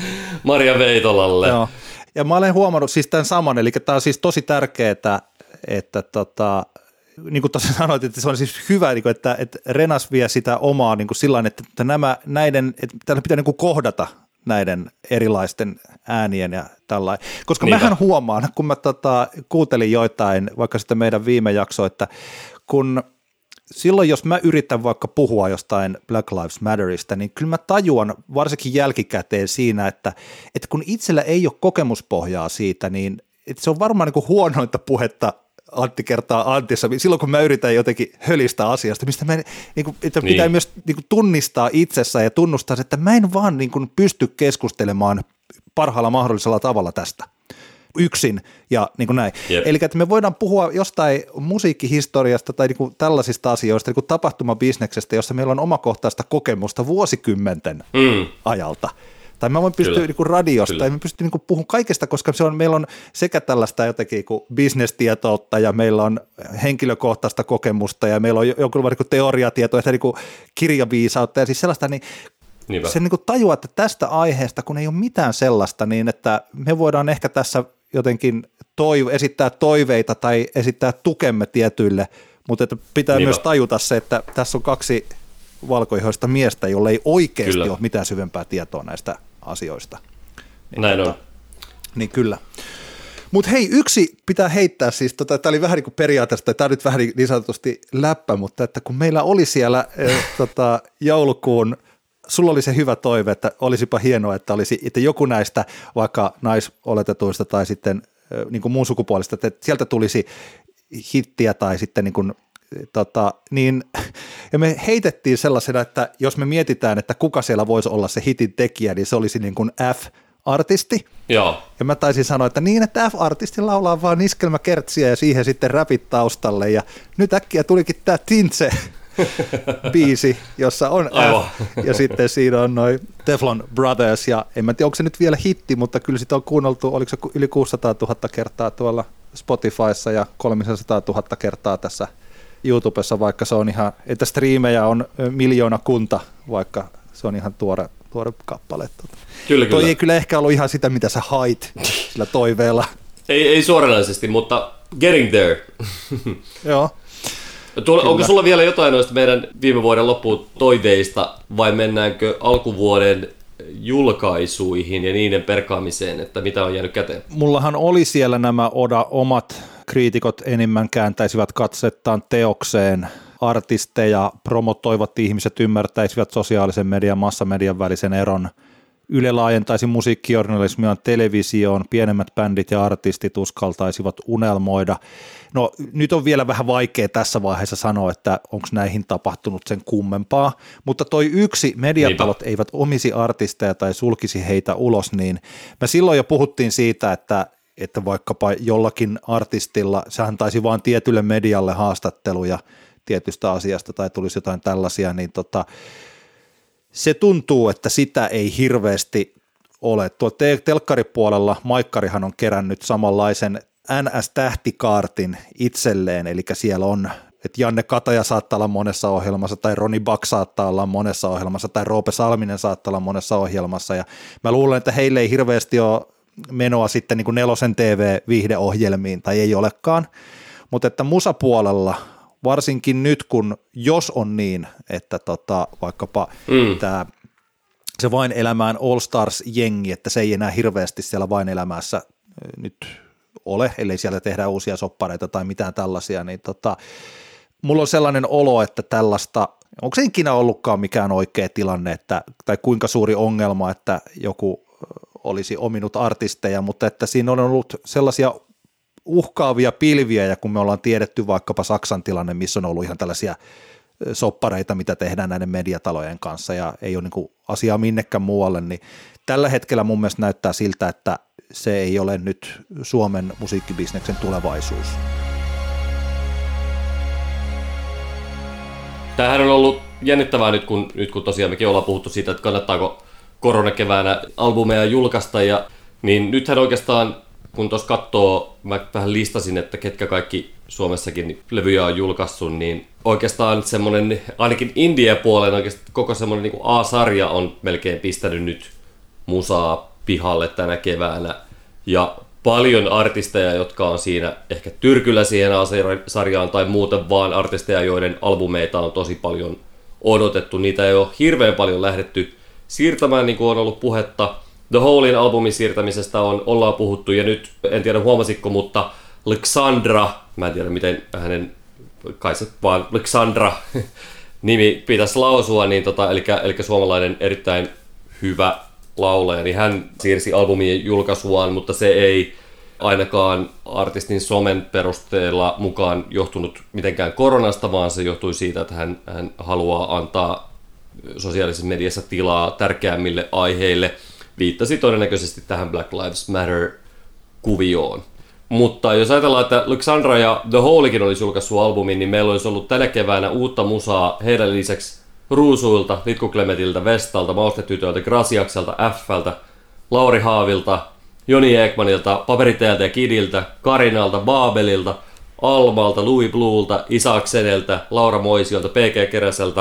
Maria Veitolalle. Joo. Ja mä olen huomannut siis tämän saman, eli tämä on siis tosi tärkeää, että, että tota, niin kuin tosiaan sanoit, että se on siis hyvä, että, että Renas vie sitä omaa niin kuin sillain, että nämä näiden, että täällä pitää niin kuin kohdata näiden erilaisten äänien ja tällainen. Koska Niinpä. mähän huomaan, kun mä tota, kuuntelin joitain, vaikka sitten meidän viime jakso, että kun silloin, jos mä yritän vaikka puhua jostain Black Lives Matterista, niin kyllä mä tajuan varsinkin jälkikäteen siinä, että, että kun itsellä ei ole kokemuspohjaa siitä, niin että se on varmaan niin kuin huonointa puhetta Antti kertaa Antissa, silloin kun mä yritän jotenkin hölistä asiasta, mistä mä, niin kuin, että niin. pitää myös niin kuin tunnistaa itsessä ja tunnustaa, että mä en vaan niin kuin pysty keskustelemaan parhaalla mahdollisella tavalla tästä yksin ja niin kuin näin. Yep. Eli että me voidaan puhua jostain musiikkihistoriasta tai niin kuin tällaisista asioista, niin kuin tapahtumabisneksestä, jossa meillä on omakohtaista kokemusta vuosikymmenten mm. ajalta. Tai mä voin pystyä niin kuin radiosta, Kyllä. tai mä pystyn niin puhumaan kaikesta, koska se on, meillä on sekä tällaista jotenkin niin bisnestietoutta, ja meillä on henkilökohtaista kokemusta, ja meillä on joku niin teoriatietoa, ja niin kirjaviisautta, ja siis sellaista, niin Niinpä. se niin kuin tajuaa, että tästä aiheesta, kun ei ole mitään sellaista, niin että me voidaan ehkä tässä jotenkin toiv- esittää toiveita tai esittää tukemme tietyille, mutta että pitää Niinpä. myös tajuta se, että tässä on kaksi valkoihoista miestä, jolle ei oikeasti kyllä. ole mitään syvempää tietoa näistä asioista. Niin Näin tota, on. Niin kyllä. Mutta hei, yksi pitää heittää siis, tota, tämä oli vähän niin kuin periaatteessa, tämä on nyt vähän niin sanotusti läppä, mutta että kun meillä oli siellä äh, tota, joulukuun, sulla oli se hyvä toive, että olisipa hienoa, että olisi että joku näistä vaikka naisoletetuista tai sitten äh, niin kuin muun sukupuolista, että sieltä tulisi hittiä tai sitten niin kuin Tota, niin, ja me heitettiin sellaisena, että jos me mietitään, että kuka siellä voisi olla se hitin tekijä, niin se olisi niin kuin F-artisti. Joo. Ja mä taisin sanoa, että niin, että F-artisti laulaa vaan iskelmäkertsiä ja siihen sitten räpit taustalle. Ja nyt äkkiä tulikin tämä Tintse-biisi, jossa on Aivan. F, ja sitten siinä on noin Teflon Brothers, ja en mä tiedä, onko se nyt vielä hitti, mutta kyllä sitä on kuunneltu, oliko se yli kuusisataatuhatta kertaa tuolla Spotifyssa ja kolmesataatuhatta kertaa tässä YouTubessa, vaikka se on ihan, että striimejä on miljoona kunta, vaikka se on ihan tuore, tuore kappale. Kyllä, Toi kyllä. ei kyllä ehkä ollut ihan sitä, mitä sä hait sillä toiveella. Ei, ei suoranaisesti, mutta getting there. Joo. Tuolla, onko sulla vielä jotain noista meidän viime vuoden loppuun toiveista, vai mennäänkö alkuvuoden julkaisuihin ja niiden perkaamiseen, että mitä on jäänyt käteen? Mullahan oli siellä nämä Oda omat kriitikot enimmän kääntäisivät katsettaan teokseen, artisteja, promotoivat ihmiset ymmärtäisivät sosiaalisen median, massamedian välisen eron, Yle laajentaisi musiikkijournalismia televisioon, pienemmät bändit ja artistit uskaltaisivat unelmoida. No nyt on vielä vähän vaikea tässä vaiheessa sanoa, että onko näihin tapahtunut sen kummempaa, mutta toi yksi, mediatalot Niinpä. eivät omisi artisteja tai sulkisi heitä ulos, niin me silloin jo puhuttiin siitä, että että vaikkapa jollakin artistilla, sehän taisi vaan tietylle medialle haastatteluja tietystä asiasta tai tulisi jotain tällaisia, niin tota, se tuntuu, että sitä ei hirveästi ole. Tuo te- telkkaripuolella Maikkarihan on kerännyt samanlaisen N S-tähtikaartin itselleen, eli siellä on että Janne Kataja saattaa olla monessa ohjelmassa, tai Roni Bak saattaa olla monessa ohjelmassa, tai Roope Salminen saattaa olla monessa ohjelmassa, ja mä luulen, että heille ei hirveästi ole menoa sitten niin kuin Nelosen T V-viihdeohjelmiin, tai ei olekaan, mutta että musapuolella, varsinkin nyt, kun jos on niin, että tota, vaikkapa mm. tämä se Vain elämään All Stars-jengi, että se ei enää hirveästi siellä Vain elämässä nyt ole, ellei siellä tehdä uusia soppareita tai mitään tällaisia, niin tota, mulla on sellainen olo, että tällaista, onko se ikinä ollutkaan mikään oikea tilanne, että, tai kuinka suuri ongelma, että joku olisi ominut artisteja, mutta että siinä on ollut sellaisia uhkaavia pilviä, ja kun me ollaan tiedetty vaikkapa Saksan tilanne, missä on ollut ihan tällaisia soppareita, mitä tehdään näiden mediatalojen kanssa, ja ei ole niin kuin asiaa minnekään muualle, niin tällä hetkellä mun mielestä näyttää siltä, että se ei ole nyt Suomen musiikkibisneksen tulevaisuus. Tämähän on ollut jännittävää nyt, kun, nyt kun tosiaan mekin ollaan puhuttu siitä, että kannattaako koronakeväänä albumeja julkaista, ja, niin nythän oikeastaan, kun tuossa katsoo, mä vähän listasin, että ketkä kaikki Suomessakin levyjä on julkaissut, niin oikeastaan semmoinen, ainakin indie-puolen oikeastaan koko semmoinen niin kuin A-sarja on melkein pistänyt nyt musaa pihalle tänä keväänä, ja paljon artisteja, jotka on siinä ehkä tyrkyllä siihen A-sarjaan tai muuten vaan artisteja, joiden albumeita on tosi paljon odotettu. Niitä ei ole hirveän paljon lähdetty siirtämään, niin kuin on ollut puhetta. The Holein albumin siirtämisestä on, ollaan puhuttu, ja nyt, en tiedä huomasitko, mutta Alexandra, mä en tiedä miten hänen, kai se vaan Alexandra nimi pitäisi lausua, niin tota, eli, eli suomalainen erittäin hyvä laulaja, niin hän siirsi albumien julkaisuaan, mutta se ei ainakaan artistin somen perusteella mukaan johtunut mitenkään koronasta, vaan se johtui siitä, että hän, hän haluaa antaa sosiaalisessa mediassa tilaa tärkeämmille aiheille. Viittasi todennäköisesti tähän Black Lives Matter-kuvioon. Mutta jos ajatellaan, että Alexandra ja The Holekin olisi julkaissut albumin, niin meillä olisi ollut tänä keväänä uutta musaa heidän lisäksi Ruusuilta, Litku Klemetiltä, Vestalta, Maustetytöltä, Grasiakselta, Fältä, Lauri Haavilta, Joni Ekmanilta, Paperiteeltä ja Kidiltä, Karinalta, Baabelilta, Almalta, Louis Bluelta, Isaakseneltä, Laura Moisiolta, P G Keräseltä,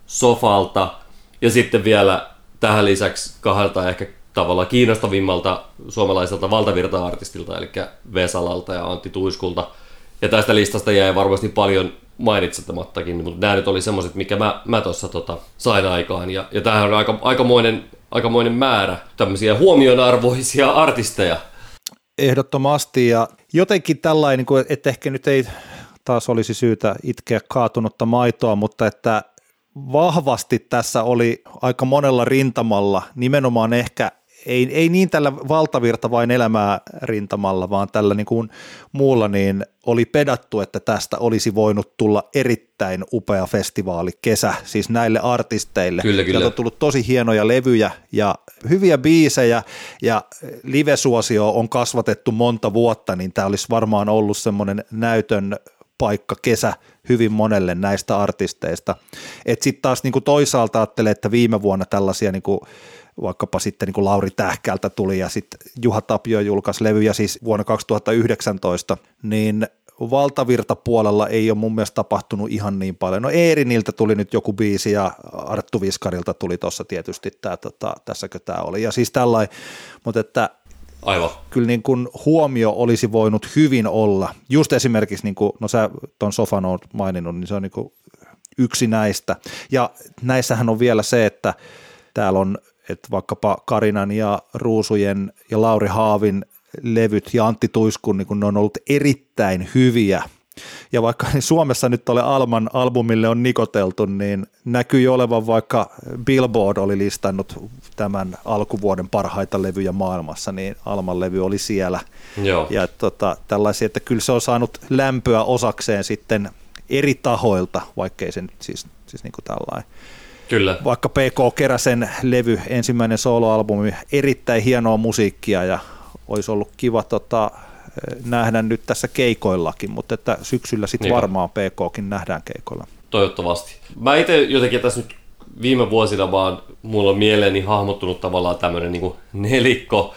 Sofalta ja sitten vielä tähän lisäksi kahdelta ehkä tavallaan kiinnostavimmalta suomalaiselta valtavirta-artistilta, eli Vesalalta ja Antti Tuiskulta. Ja tästä listasta jäi varmasti paljon mainitsemattakin, mutta nämä nyt oli semmoiset, mikä mä, mä tuossa tota, sain aikaan. Ja, ja tämähän on aika, aikamoinen, aikamoinen määrä tämmöisiä huomionarvoisia artisteja. Ehdottomasti, ja jotenkin tällainen, että ehkä nyt ei taas olisi syytä itkeä kaatunutta maitoa, mutta että vahvasti tässä oli aika monella rintamalla, nimenomaan ehkä ei, ei niin tällä valtavirta vain elämää rintamalla, vaan tällä niin kuin muulla niin oli pedattu, että tästä olisi voinut tulla erittäin upea festivaali kesä, siis näille artisteille. Kyllä, kyllä. Sieltä on tullut tosi hienoja levyjä ja hyviä biisejä ja livesuosio on kasvatettu monta vuotta, niin tämä olisi varmaan ollut semmoinen näytön paikka kesä hyvin monelle näistä artisteista. Että sitten taas niinku toisaalta ajattelee, että viime vuonna tällaisia niinku, vaikkapa sitten niinku Lauri Tähkältä tuli ja sitten Juha Tapio julkaisi levyjä siis vuonna kaksituhattayhdeksäntoista, niin valtavirtapuolella ei ole mun mielestä tapahtunut ihan niin paljon. No Eeriniltä tuli nyt joku biisi ja Arttu Viskarilta tuli tuossa tietysti tämä, tota, tässäkö tämä oli. Ja siis tällainen, mutta että aivan. Kyllä niin kuin huomio olisi voinut hyvin olla. Just esimerkiksi, niin kuin, no sä tuon Sofan olet maininnut, niin se on niin kuin yksi näistä. Ja näissähän on vielä se, että täällä on että vaikkapa Karinan ja Ruusujen ja Lauri Haavin levyt ja Antti Tuiskun, niin kun ne on ollut erittäin hyviä. Ja vaikka Suomessa nyt ole Alman albumille on nikoteltu, niin näkyy olevan, vaikka Billboard oli listannut tämän alkuvuoden parhaita levyjä maailmassa, niin Alman levy oli siellä. Joo. Ja tota, tällaisia, että kyllä se on saanut lämpöä osakseen sitten eri tahoilta, vaikkei se nyt siis, siis niin kuin tällainen. Kyllä. Vaikka P K Keräsen levy, ensimmäinen soloalbumi, erittäin hienoa musiikkia ja olisi ollut kiva tota, nähdä nyt tässä keikoillakin, mutta että syksyllä sitten varmaan P K:kin nähdään keikoilla. Toivottavasti. Mä itse jotenkin tässä nyt viime vuosina vaan mulla on mieleeni hahmottunut tavallaan tämmöinen niin kuin nelikko,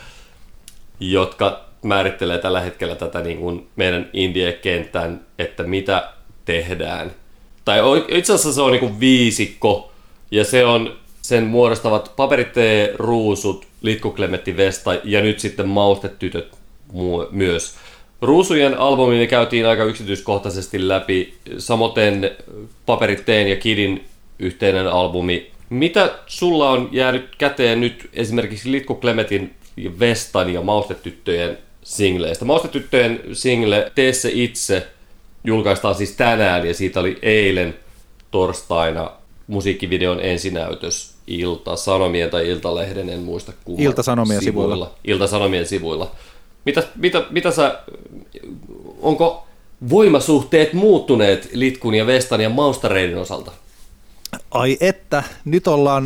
jotka määrittelee tällä hetkellä tätä niin kuin meidän indie-kenttän, että mitä tehdään. Tai itse asiassa se on niinku viisikko, ja se on, sen muodostavat Paperitee, Ruusut, Litku Klemetti Vesta ja nyt sitten Maustetytöt myös. Ruusujen albumi me käytiin aika yksityiskohtaisesti läpi, samoin Paperiteen ja Kidin yhteinen albumi. Mitä sulla on jäänyt käteen nyt esimerkiksi Litku Klemetin, Vestan ja Maustetyttöjen singleistä? Maustetyttöjen single Tee se itse julkaistaan siis tänään ja siitä oli eilen torstaina musiikkivideon ensinäytös Ilta-Sanomien tai Iltalehden, en muista kumman Ilta-Sanomien sivuilla. sivuilla. Ilta-Sanomien sivuilla. Mitä, mitä, mitä sä, onko voimasuhteet muuttuneet Litkun ja Vestan ja Maustareiden osalta? Ai että, nyt ollaan,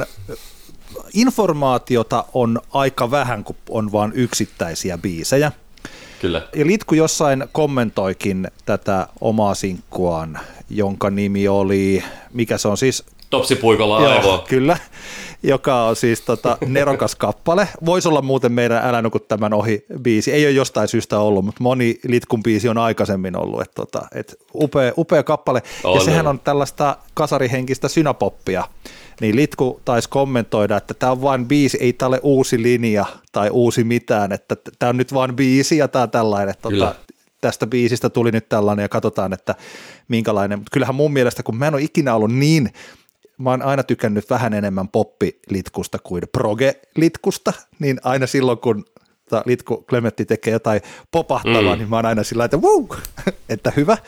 informaatiota on aika vähän, kun on vain yksittäisiä biisejä. Kyllä. Ja Litku jossain kommentoikin tätä omaa sinkkuaan, jonka nimi oli, mikä se on siis? Topsipuikolla aivoa. Kyllä, joka on siis tota, nerokas kappale. Voisi olla muuten meidän Älä nuku tämän ohi biisi. Ei ole jostain syystä ollut, mutta moni Litkun biisi on aikaisemmin ollut. Et, tota, et upea, upea kappale. On, ja sehän on tällaista kasarihenkistä synapoppia. Niin Litku taisi kommentoida, että tämä on vain biisi, ei tämä ole uusi linja tai uusi mitään. Että tämä on nyt vain biisi ja tämä on tällainen. Tota, tästä biisistä tuli nyt tällainen ja katsotaan, että minkälainen. Mutta kyllähän mun mielestä, kun mä en ole ikinä ollut niin, mä oon aina tykännyt vähän enemmän poppi-litkusta kuin proge-litkusta, niin aina silloin, kun Litku Klemetti tekee jotain popahtavaa, mm. niin mä oon aina sillä että wow, että hyvä.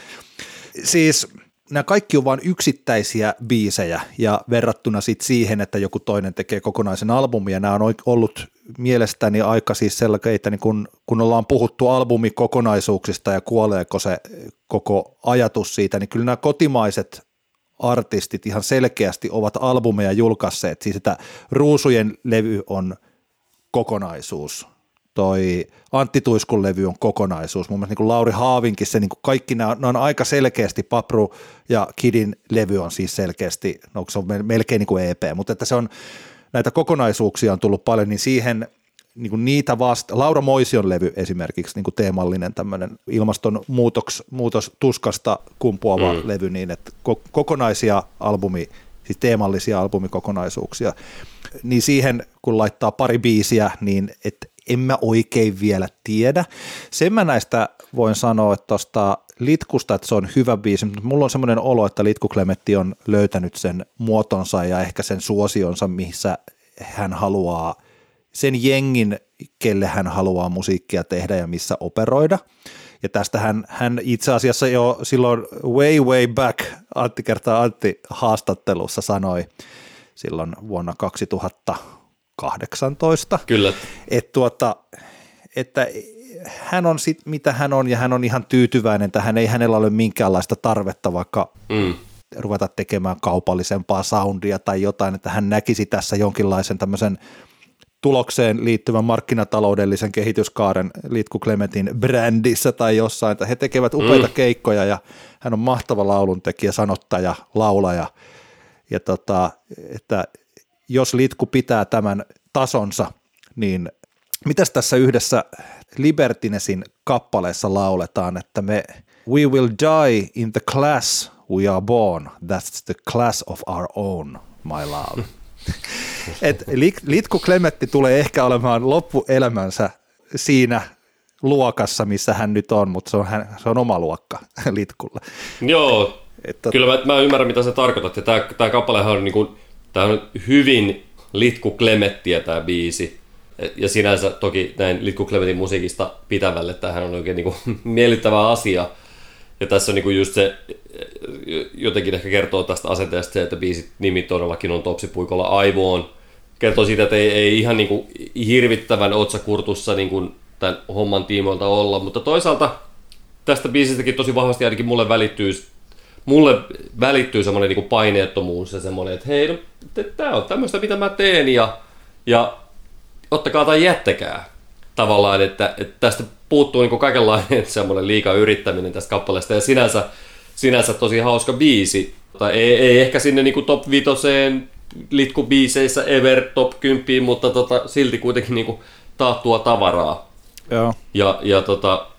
Siis nämä kaikki on vain yksittäisiä biisejä ja verrattuna sitten siihen, että joku toinen tekee kokonaisen albumin ja nämä on ollut mielestäni aika siis selkeitä, niin kun, kun ollaan puhuttu albumikokonaisuuksista ja kuoleeko se koko ajatus siitä, niin kyllä nämä kotimaiset artistit ihan selkeästi ovat albumeja julkaisseet, siis että Ruusujen levy on kokonaisuus, toi Antti Tuiskun levy on kokonaisuus, mun mielestä niin kuin Lauri Haavinkin, se niin kuin kaikki nämä, nämä on aika selkeästi, Papru ja Kidin levy on siis selkeästi, no se on melkein niin kuin E P, mutta että se on, näitä kokonaisuuksia on tullut paljon, niin siihen niin kuin niitä vasta, Laura Moision levy esimerkiksi niin kuin teemallinen tämmöinen ilmastonmuutos muutos tuskasta kumpuava mm. levy, niin että kokonaisia albumi, siis teemallisia albumikokonaisuuksia, niin siihen kun laittaa pari biisiä, niin että en mä oikein vielä tiedä. Sen mä näistä voin sanoa, että tuosta Litkusta, että se on hyvä biisi, mutta mulla on semmoinen olo, että Litku Klemetti on löytänyt sen muotonsa ja ehkä sen suosionsa, missä hän haluaa sen jengin, kelle hän haluaa musiikkia tehdä ja missä operoida. Ja tästä hän, hän itse asiassa jo silloin way way back Antti kertaa Antti haastattelussa sanoi silloin vuonna kaksituhattakahdeksantoista. Kyllä. Että, tuota, että hän on sit mitä hän on ja hän on ihan tyytyväinen, tähän ei hänellä ole minkäänlaista tarvetta vaikka mm. ruveta tekemään kaupallisempaa soundia tai jotain, että hän näkisi tässä jonkinlaisen tämmöisen tulokseen liittyvän markkinataloudellisen kehityskaaren Litku Klemetin brändissä tai jossain, että he tekevät upeita mm. keikkoja ja hän on mahtava lauluntekijä, sanottaja, laulaja ja tota, että jos Litku pitää tämän tasonsa, niin mitäs tässä yhdessä Libertinesin kappaleessa lauletaan, että me we will die in the class we are born, that's the class of our own, my love. Et Litku Klemetti tulee ehkä olemaan loppuelämänsä siinä luokassa, missä hän nyt on, mutta se on, hän, se on oma luokka Litkulla. Joo, että kyllä mä, mä ymmärrän, mitä sä tarkoitat. Ja tää, tää kappalehan on, niinku, tää on hyvin Litku Klemettiä tää biisi. Ja sinänsä toki näin Litku Klemetin musiikista pitävälle tämähän on oikein niinku miellyttävä asia. Ja tässä on niinku just se, jotenkin ehkä kertoo tästä asenteesta se, että biisit nimi todellakin on Topsipuikolla aivoon. Kertoo siitä, että ei, ei ihan niinku hirvittävän otsakurtussa niinku tämän homman tiimoilta olla, mutta toisaalta tästä biisistäkin tosi vahvasti ainakin mulle välittyy, mulle välittyy semmoinen niinku paineettomuus ja semmoinen, että hei, no, tää on tämmöistä, mitä mä teen ja, ja ottakaa tai jättäkää tavallaan, että, että tästä puuttuu niinku kaikenlainen semmoinen liika yrittäminen tästä kappaleesta ja sinänsä, sinänsä tosi hauska biisi. Tai ei, ei ehkä sinne niinku top vitoseen Litku-biiseissä ever top kymmenen, mutta tota, silti kuitenkin niinku taattua tavaraa. Joo. Ja, ja tota,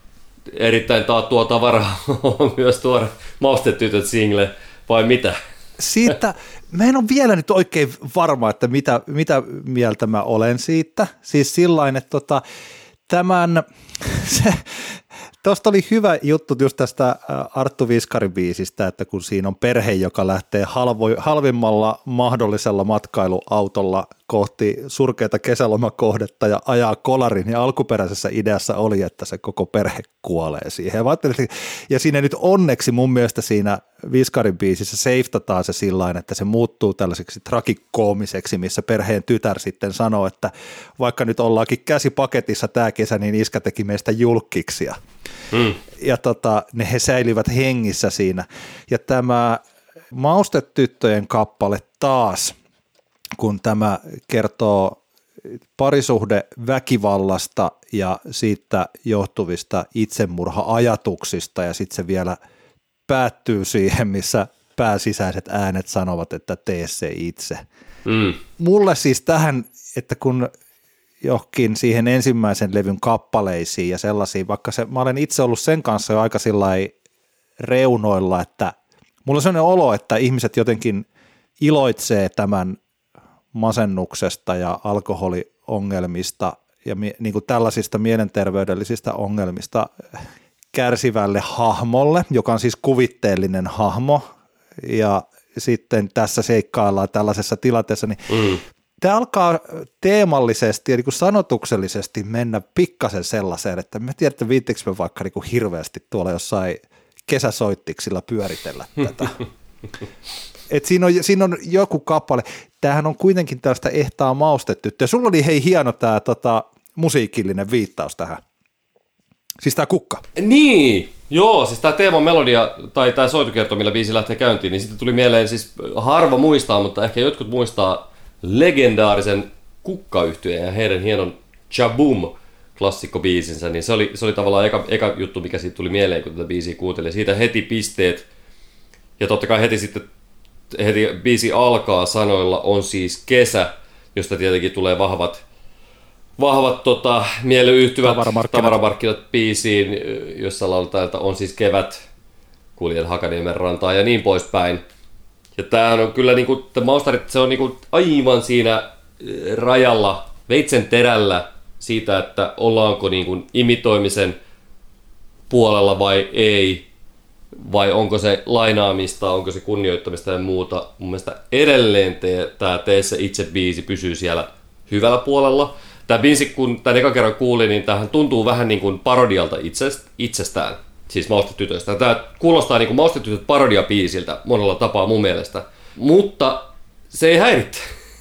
erittäin taattua tavaraa on myös tuore Maustetytöt single, vai mitä? Siitä, mä en ole vielä nyt oikein varma, että mitä, mitä mieltä mä olen siitä. Siis sillain, että tota, tämän, se, tuosta oli hyvä juttu just tästä Arttu Viskarin biisistä, että kun siinä on perhe, joka lähtee halvo, halvimmalla mahdollisella matkailuautolla kohti surkeata kesälomakohdetta ja ajaa kolarin, ja alkuperäisessä ideassa oli, että se koko perhe kuolee siihen. Ja, ja siinä nyt onneksi mun mielestä siinä Viskarin biisissä seiftataan se sillain, että se muuttuu tällaiseksi trakikoomiseksi, missä perheen tytär sitten sanoo, että vaikka nyt ollaankin käsipaketissa tämä kesä, niin iskä teki meistä julkkiksia. Hmm. Ja tota, ne he säilyvät hengissä siinä. Ja tämä Maustetyttöjen kappale taas, kun tämä kertoo parisuhde väkivallasta ja siitä johtuvista itsemurha-ajatuksista, ja sitten se vielä päättyy siihen, missä pääsisäiset äänet sanovat, että tee se itse. Mm. Mulle siis tähän, että kun johonkin siihen ensimmäisen levyn kappaleisiin ja sellaisiin, vaikka se, mä olen itse ollut sen kanssa jo aika sillai reunoilla, että mulla on sellainen olo, että ihmiset jotenkin iloitsee tämän masennuksesta ja alkoholiongelmista ja niin kuin tällaisista mielenterveydellisistä ongelmista kärsivälle hahmolle, joka on siis kuvitteellinen hahmo, ja sitten tässä seikkaillaan tällaisessa tilanteessa, niin mm. tämä alkaa teemallisesti ja niin kuin sanotuksellisesti mennä pikkasen sellaiseen, että mä tiedän, että viittikö me vaikka niin kuin hirveästi tuolla jossain kesäsoittiksilla pyöritellä tätä. Et siinä, on, siinä on joku kappale, tämähän on kuitenkin tällaista ehtaa Maustetyttöä. Sulla oli hei hieno tämä tota, musiikillinen viittaus tähän. Siis tämä kukka. Niin, joo, siis tämä teeman melodia tai tämä soitukerto, millä biisi lähtee käyntiin, niin sitten tuli mieleen, siis harva muistaa, mutta ehkä jotkut muistaa legendaarisen Kukka-yhtyeen ja heidän hienon Chaboom klassikkobiisinsä, niin se oli, se oli tavallaan eka, eka juttu, mikä siitä tuli mieleen, kun tätä biisiä kuuntelin. Siitä heti pisteet, ja totta kai heti sitten heti biisi alkaa sanoilla on siis kesä, josta tietenkin tulee vahvat vahvat tota, mieleyhtyvät tavaramarkkinat. tavaramarkkinat biisiin, jossa lauletaan, että on siis kevät, kuljen Hakaniemen rantaa ja niin poispäin. Ja tämähän on kyllä, niin kuin, Maustarit, se on niin kuin aivan siinä rajalla, veitsen terällä siitä, että ollaanko niin kuin imitoimisen puolella vai ei, vai onko se lainaamista, onko se kunnioittamista ja muuta. Mun mielestä edelleen te, tämä Tee se itse biisi pysyy siellä hyvällä puolella. Tämä biisi, kun tämän ekan kerran kuulin, niin tämähän tuntuu vähän niin kuin parodialta itsestään, siis Maustetytöistä. Tämä kuulostaa niin kuin Maustetytöt parodiabiisiltä monella tapaa mun mielestä, mutta se ei häiritse,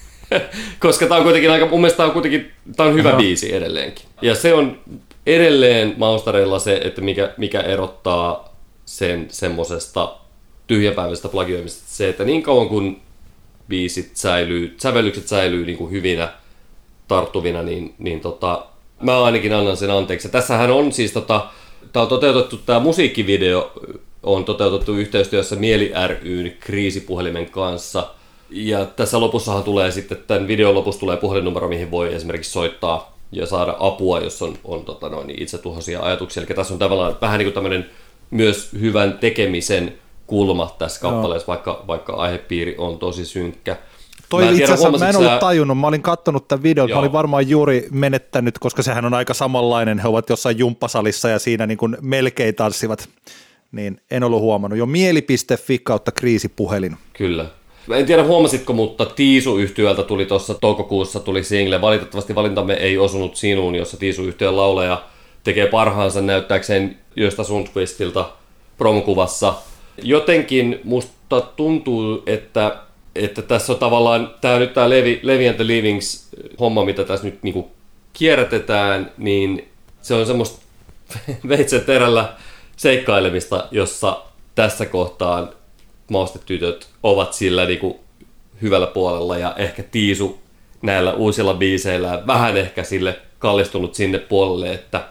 koska tämä on kuitenkin aika, mun mielestä tämä on kuitenkin tämä on hyvä Aha. biisi edelleenkin. Ja se on edelleen Maustareilla se, että mikä, mikä erottaa sen semmosesta tyhjäpäiväisestä plagioimista, se, että niin kauan kun biisit säilyy, sävellykset säilyy niin kuin hyvinä, tarttuvina, niin, niin tota, mä ainakin annan sen anteeksi. Ja tässähän on siis, tota, tää on toteutettu, tämä musiikkivideo on toteutettu yhteistyössä Mieli ry:n kriisipuhelimen kanssa. Ja tässä lopussahan tulee sitten, tämän videon lopussa tulee puhelinnumero, mihin voi esimerkiksi soittaa ja saada apua, jos on, on tota noin, itsetuhoisia ajatuksia. Eli tässä on tavallaan vähän niin kuin tämmöinen myös hyvän tekemisen kulma tässä kappaleessa, no. vaikka, vaikka aihepiiri on tosi synkkä. Toi mä, tiedä, asiassa, mä en ollut tajunnut, mä olin kattonut tämän videon, mä olin varmaan juuri menettänyt, koska sehän on aika samanlainen, he ovat jossain jumppasalissa ja siinä niin kuin melkein tanssivat, niin en ollut huomannut. Jo mieli piste fi kautta kriisipuhelin. Kyllä. En tiedä huomasitko, mutta Tiisu-yhtyöltä tuli tuossa toukokuussa tuli single. Valitettavasti valintamme ei osunut sinuun, jossa Tiisu-yhtyön laulaja tekee parhaansa näyttääkseen Gösta Sundqvistilta promokuvassa. Jotenkin musta tuntuu, että että tässä on tavallaan, tämä nyt tämä Levi, Levi and the Leavings homma, mitä tässä nyt niinku kierrätetään, niin se on semmoista veitsen terällä seikkailemista, jossa tässä kohtaan Maustetytöt ovat sillä niinku hyvällä puolella ja ehkä Tiisu näillä uusilla biiseillä vähän ehkä sille kallistunut sinne puolelle, että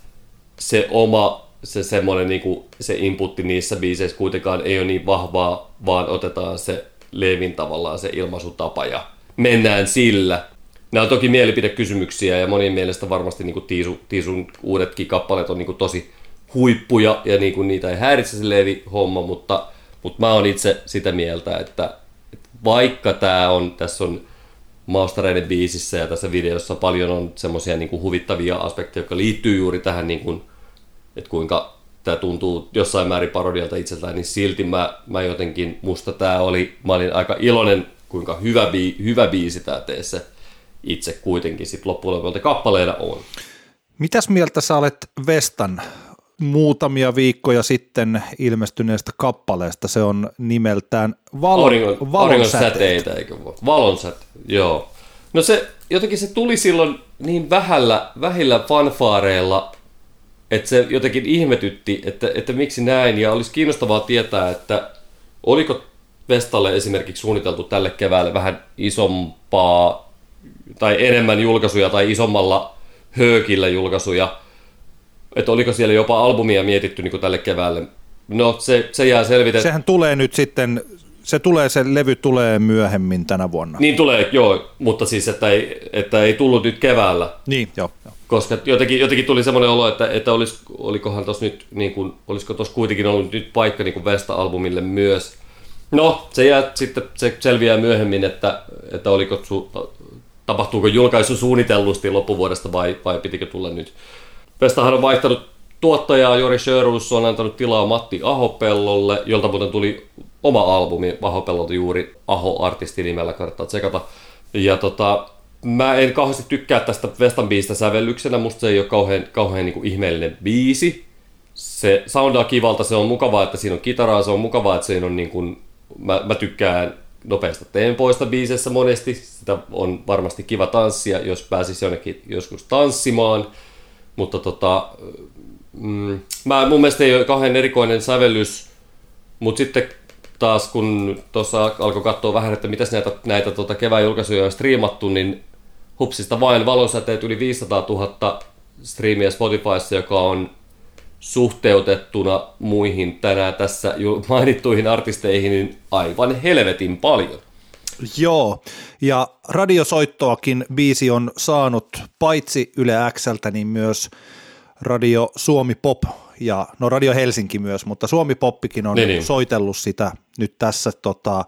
se oma, se semmoinen niinku, se inputti niissä biiseissä kuitenkaan ei ole niin vahvaa, vaan otetaan se Levin tavallaan se ilmaisutapa ja mennään sillä. Nämä on toki mielipidekysymyksiä ja monien mielestä varmasti niin kuin Tiisu, Tiisun uudetkin kappaleet on niin kuin tosi huippuja ja niin kuin niitä ei häiritse se Levi-homma, mutta, mutta mä oon itse sitä mieltä, että, että vaikka tää on, tässä on Maustareiden biisissä ja tässä videossa paljon on semmoisia niin kuin huvittavia aspekteja, jotka liittyy juuri tähän, niin kuin, että kuinka tämä tuntuu jossain määrin parodialta itseltään, niin silti mä, mä jotenkin, musta tää oli, mä olin aika iloinen, kuinka hyvä, bii, hyvä biisi tää teessä itse kuitenkin sit loppujen lopuksi kappaleena on. Mitäs mieltä sä olet Vestan muutamia viikkoja sitten ilmestyneestä kappaleesta? Se on nimeltään Valo, Auringon, Valonsäteitä, eikö voi? Valonsäteitä, joo. No se, jotenkin se tuli silloin niin vähällä, vähillä fanfaareilla, että se jotenkin ihmetytti, että, että miksi näin, ja olisi kiinnostavaa tietää, että oliko Vestalle esimerkiksi suunniteltu tälle keväälle vähän isompaa tai enemmän julkaisuja tai isommalla höökillä julkaisuja, että oliko siellä jopa albumia mietitty niin kuin tälle keväälle. No se, se jää selvitä. Sehän tulee nyt sitten, se tulee, se levy tulee myöhemmin tänä vuonna. Niin tulee, joo, mutta siis että ei, että ei tullut nyt keväällä. Niin, joo. joo. Koska jotenkin, jotenkin tuli semmoinen olo, että, että olis, olikohan tossa nyt, niin kuin, olisiko tuossa kuitenkin ollut nyt paikka niin kuin Vesta-albumille myös. No, se jää sitten, se selviää myöhemmin, että, että oliko su, tapahtuuko julkaisu suunnitellusti loppuvuodesta vai, vai pitikö tulla nyt. Vestahan on vaihtanut tuottajaa, Jori Sjöruus on antanut tilaa Matti Ahopellolle, jolta muuten tuli oma albumi Ahopellolta juuri Aho-artistin nimellä, kannattaa tsekata. Ja tota, mä en kauheasti tykkää tästä Vestan biisistä sävellyksenä, musta se ei ole kauhean, kauhean niin kuin ihmeellinen biisi. Se soundaa kivalta, se on mukavaa, että siinä on kitaraa, se on mukavaa, että siinä on niin kuin, mä, mä tykkään nopeasta tempoista biisessä monesti, sitä on varmasti kiva tanssia, jos pääsisi jonnekin joskus tanssimaan, mutta tota, mm, mä, mun mielestä ei ole kauhean erikoinen sävellys, mutta sitten taas kun tuossa alkoi katsoa vähän, että mitäs näitä, näitä tota kevään julkaisuja on striimattu, niin hupsista vain Valonsäteet yli viisisataatuhatta striimiä Spotifyssa, joka on suhteutettuna muihin tänään tässä mainittuihin artisteihin niin aivan helvetin paljon. Joo, ja radiosoittoakin biisi on saanut paitsi Yle X:ltä, niin myös Radio Suomi Pop ja no Radio Helsinki myös, mutta Suomi Poppikin on niin. soitellut sitä nyt tässä tota,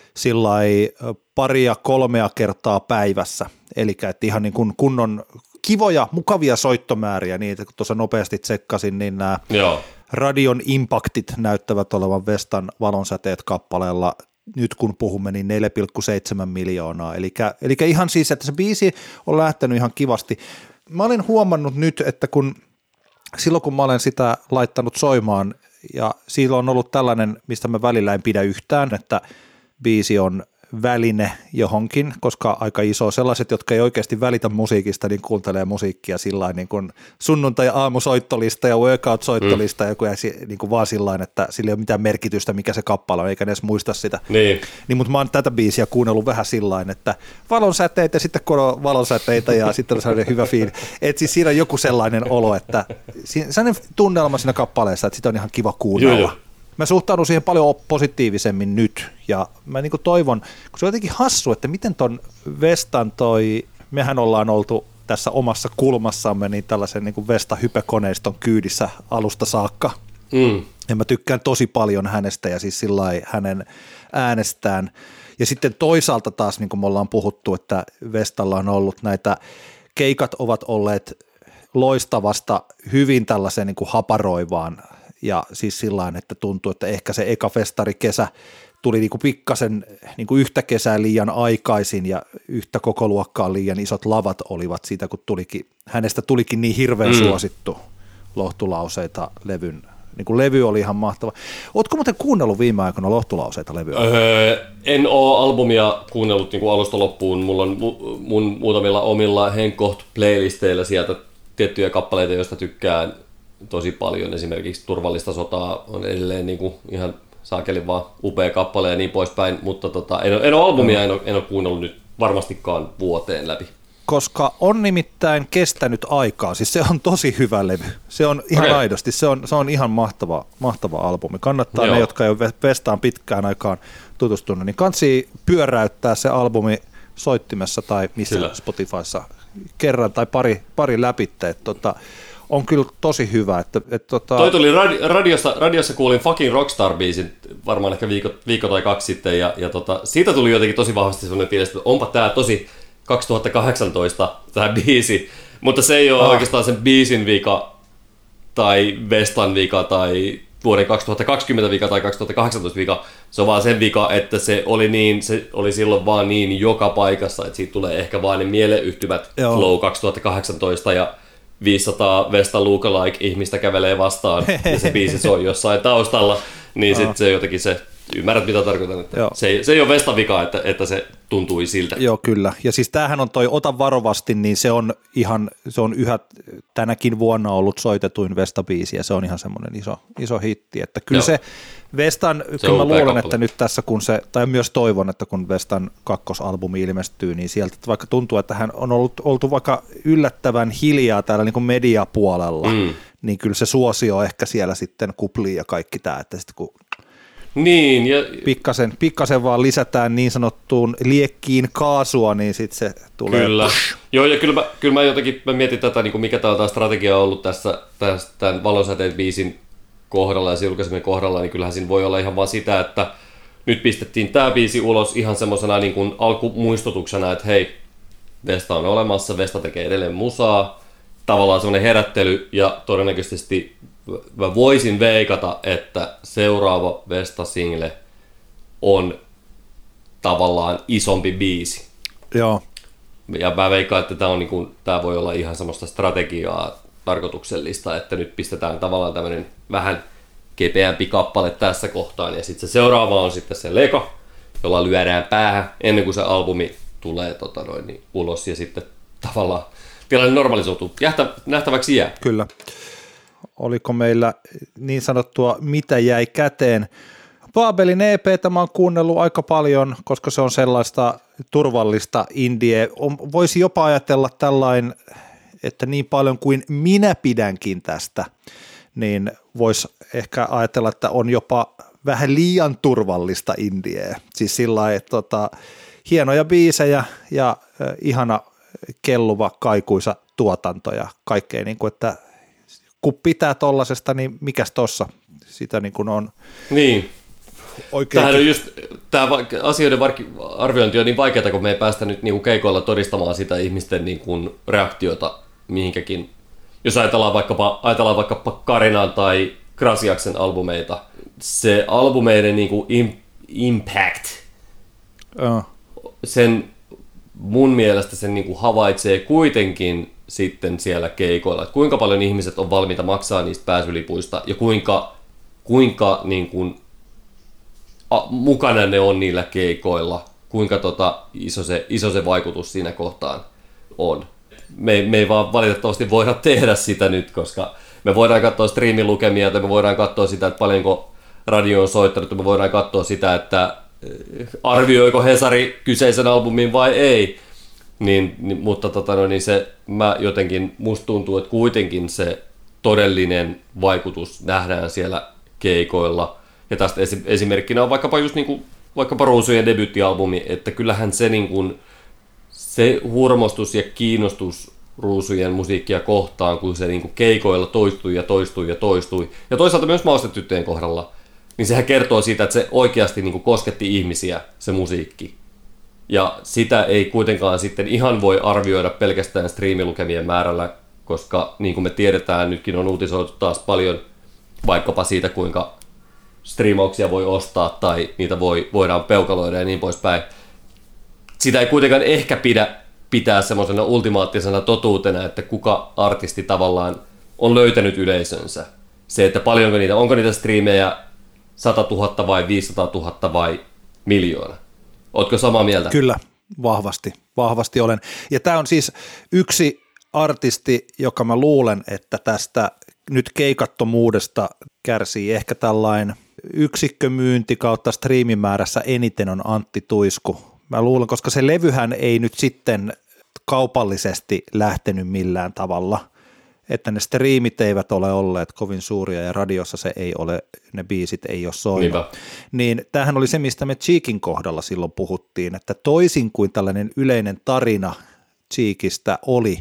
sillai paria kolmea kertaa päivässä, eli että ihan niin kuin kunnon kivoja, mukavia soittomääriä, niitä kun tuossa nopeasti tsekkasin, niin nämä Joo. radion impaktit näyttävät olevan Vestan Valonsäteet kappaleella, nyt kun puhumme, niin neljä pilkku seitsemän miljoonaa, eli, eli ihan siis, että se biisi on lähtenyt ihan kivasti. Mä olen huomannut nyt, että kun silloin kun mä olen sitä laittanut soimaan, ja silloin on ollut tällainen, mistä mä välillä en pidä yhtään, että biisi on väline johonkin, koska aika iso sellaiset, jotka ei oikeasti välitä musiikista, niin kuuntelee musiikkia sillain niin kuin sunnuntai-aamusoittolista ja workout-soittolista mm. ja niin kuin vaan sillain, että sillä ei ole mitään merkitystä, mikä se kappale on, eikä edes muista sitä. Niin. niin mutta mä oon tätä biisiä kuunnellut vähän sillain, että valonsäteitä ja sitten kun on valonsäteitä ja sitten on sellainen hyvä fiili. Että siis siinä on joku sellainen olo, että sellainen tunnelma siinä kappaleessa, että sitä on ihan kiva kuunnella. Joo, jo. Mä suhtaudun siihen paljon positiivisemmin nyt, ja mä niin kuin toivon, kun se on jotenkin hassu, että miten ton Vestan toi, mehän ollaan oltu tässä omassa kulmassamme niin tällaisen niin kuin Vesta-hypekoneiston kyydissä alusta saakka, mm. ja mä tykkään tosi paljon hänestä ja siis sillai hänen äänestään, ja sitten toisaalta taas niin kuin me ollaan puhuttu, että Vestalla on ollut näitä, keikat ovat olleet loistavasta hyvin tällaiseen niin kuin haparoivaan, ja siis sillain, että tuntuu, että ehkä se eka festarikesä tuli niinku pikkasen niinku yhtä kesää liian aikaisin ja yhtä koko luokkaa liian isot lavat olivat siitä, kun tulikin, hänestä tulikin niin hirveän mm. suosittu lohtulauseita levyn. Niinku levy oli ihan mahtava. Ootko muuten kuunnellut viime aikoina lohtulauseita levyä? Öö, en ole albumia kuunnellut niinku alusta loppuun. Mulla on mu- mun muutamilla omilla Henkoht-playlisteillä sieltä tiettyjä kappaleita, joista tykkään tosi paljon. Esimerkiksi Turvallista sotaa on edelleen niin kuin ihan saakelin vaan upea kappale ja niin poispäin, mutta tota, en, en ole albumia, en ole, en ole kuunnellut nyt varmastikaan vuoteen läpi. Koska on nimittäin kestänyt aikaa, siis se on tosi hyvä levy. Se on ihan okay. aidosti, se on, se on ihan mahtava, mahtava albumi. Kannattaa Joo. ne, jotka ei ole Vestaan pitkään aikaan tutustunut, niin kansi pyöräyttää se albumi soittimessa tai missä Kyllä. Spotifyssa kerran tai pari, pari läpitteet. Tota, on kyllä tosi hyvä. Että, et, tota... Toi tuli radi- radiossa, radiossa kuulin Fucking Rockstar-biisin varmaan ehkä viikko, viikko tai kaksi sitten, ja, ja tota, siitä tuli jotenkin tosi vahvasti sellainen fiilis, että onpa tää tosi kaksituhattakahdeksantoista tämä biisi, mutta se ei ole ah. oikeastaan sen biisin vika, tai Vestan vika, tai vuoden kaksituhattakaksikymmentä vika tai kaksituhattakahdeksantoista vika, se on vaan sen vika, että se oli, niin, se oli silloin vaan niin joka paikassa, että siitä tulee ehkä vaan ne mieleyhtymät Joo. Flow kaksituhattakahdeksantoista ja viisisataa Vesta lookalike-ihmistä kävelee vastaan ja se biisi soi jossain taustalla, niin sitten se jotenkin se, ymmärrät mitä tarkoitan, että se ei, se ei ole Vestan vika, että, että se tuntui siltä. Joo, kyllä. Ja siis tämähän on toi Ota varovasti, niin se on ihan, se on yhä tänäkin vuonna ollut soitetuin Vesta-biisi ja se on ihan semmoinen iso, iso hitti, että kyllä Joo. se Vestan, se kyllä mä luulen, kappale. Että nyt tässä kun se, tai myös toivon, että kun Vestan kakkosalbumi ilmestyy, niin sieltä vaikka tuntuu, että hän on ollut, oltu vaikka yllättävän hiljaa täällä niin kuin mediapuolella, mm. niin kyllä se suosio ehkä siellä sitten kuplii ja kaikki tämä, että sitten kun Niin, ja pikkasen, pikkasen vaan lisätään niin sanottuun liekkiin kaasua, niin sitten se tulee. Kyllä. Joo, ja kyllä mä, kyllä mä jotenkin mä mietin tätä, niin kuin mikä tämä strategia on ollut tässä, tässä tämän Valonsäteet biisin kohdalla ja sen julkaisemisen kohdalla, niin kyllähän siinä voi olla ihan vaan sitä, että nyt pistettiin tämä biisi ulos ihan semmoisena niin kuin alkumuistutuksena, että hei, Vesta on olemassa, Vesta tekee edelleen musaa, tavallaan semmoinen herättely, ja todennäköisesti mä voisin veikata, että seuraava Vesta-single on tavallaan isompi biisi. Joo. Ja mä veikkaan, että tämä, on niin kuin, tämä voi olla ihan semmoista strategiaa tarkoituksellista, että nyt pistetään tavallaan tämmöinen vähän kepeämpi kappale tässä kohtaan, ja sitten se seuraava on sitten se Lego, jolla lyödään päähän ennen kuin se albumi tulee tota noin, niin ulos, ja sitten tavallaan tilanne normalisoituu. Jähtä, nähtäväksi jää. Kyllä. Oliko meillä niin sanottua mitä jäi käteen? Babelin E P:tä mä oon kuunnellut aika paljon, koska se on sellaista turvallista indie. Voisi jopa ajatella tällainen, että niin paljon kuin minä pidänkin tästä, niin voisi ehkä ajatella, että on jopa vähän liian turvallista indie. Siis sillä lailla, että tota, hienoja biisejä ja äh, ihana kelluva kaikuisa tuotanto ja kaikkea, niin kuin, että kun pitää tollasesta, niin mikäs tossa sitä niin kuin on. Niin. Oikein. Tämähän on just, tämä asioiden arviointi on niin vaikeaa, kun me ei päästä nyt niin kuin keikoilla todistamaan sitä ihmisten niin kuin reaktiota mihinkäkin. Jos ajatellaan vaikkapa, ajatellaan vaikkapa Karinan tai Krasiaksen albumeita, se albumeiden niin kuin impact, uh. sen mun mielestä sen niin kuin havaitsee kuitenkin sitten siellä keikoilla, että kuinka paljon ihmiset on valmiita maksaa niistä pääsylipuista ja kuinka, kuinka niin kuin, a, mukana ne on niillä keikoilla, kuinka tota, iso, se, iso se vaikutus siinä kohtaan on. Me, me ei vaan valitettavasti voida tehdä sitä nyt, koska me voidaan katsoa striimilukemia, tai me voidaan katsoa sitä, että paljonko radio on soittanut, me voidaan katsoa sitä, että arvioiko Hesari kyseisen albumin vai ei. Niin, niin, mutta tota, no, niin se, mä jotenkin, musta tuntuu, että kuitenkin se todellinen vaikutus nähdään siellä keikoilla. Ja tästä esimerkkinä on vaikkapa just niin kuin, vaikkapa Ruusujen debyyttialbumi, että kyllähän se, niin kuin, se hurmostus ja kiinnostus Ruusujen musiikkia kohtaan, kun se niin kuin keikoilla toistui ja toistui ja toistui, ja toisaalta myös Maustetyttöjen kohdalla, niin sehän kertoo siitä, että se oikeasti niin kuin kosketti ihmisiä, se musiikki. Ja sitä ei kuitenkaan sitten ihan voi arvioida pelkästään striimilukemien määrällä, koska niin kuin me tiedetään, nytkin on uutisoitu taas paljon vaikkapa siitä, kuinka striimauksia voi ostaa tai niitä voi, voidaan peukaloida ja niin poispäin. Sitä ei kuitenkaan ehkä pidä pitää semmoisena ultimaattisena totuutena, että kuka artisti tavallaan on löytänyt yleisönsä. Se, että paljonko niitä, onko niitä striimejä sata tuhatta vai viisisataa tuhatta vai miljoona. Ootko samaa mieltä? Kyllä, vahvasti, vahvasti olen. Ja tämä on siis yksi artisti, joka mä luulen, että tästä nyt keikattomuudesta kärsii ehkä tällainen yksikkömyynti kautta striimimäärässä eniten on Antti Tuisku. Mä luulen, koska se levyhän ei nyt sitten kaupallisesti lähtenyt millään tavalla, että ne striimit eivät ole olleet kovin suuria ja radiossa se ei ole, ne biisit ei ole soinut. Niinpä. Niin tämähän oli se, mistä me Cheekin kohdalla silloin puhuttiin, että toisin kuin tällainen yleinen tarina Cheekistä oli,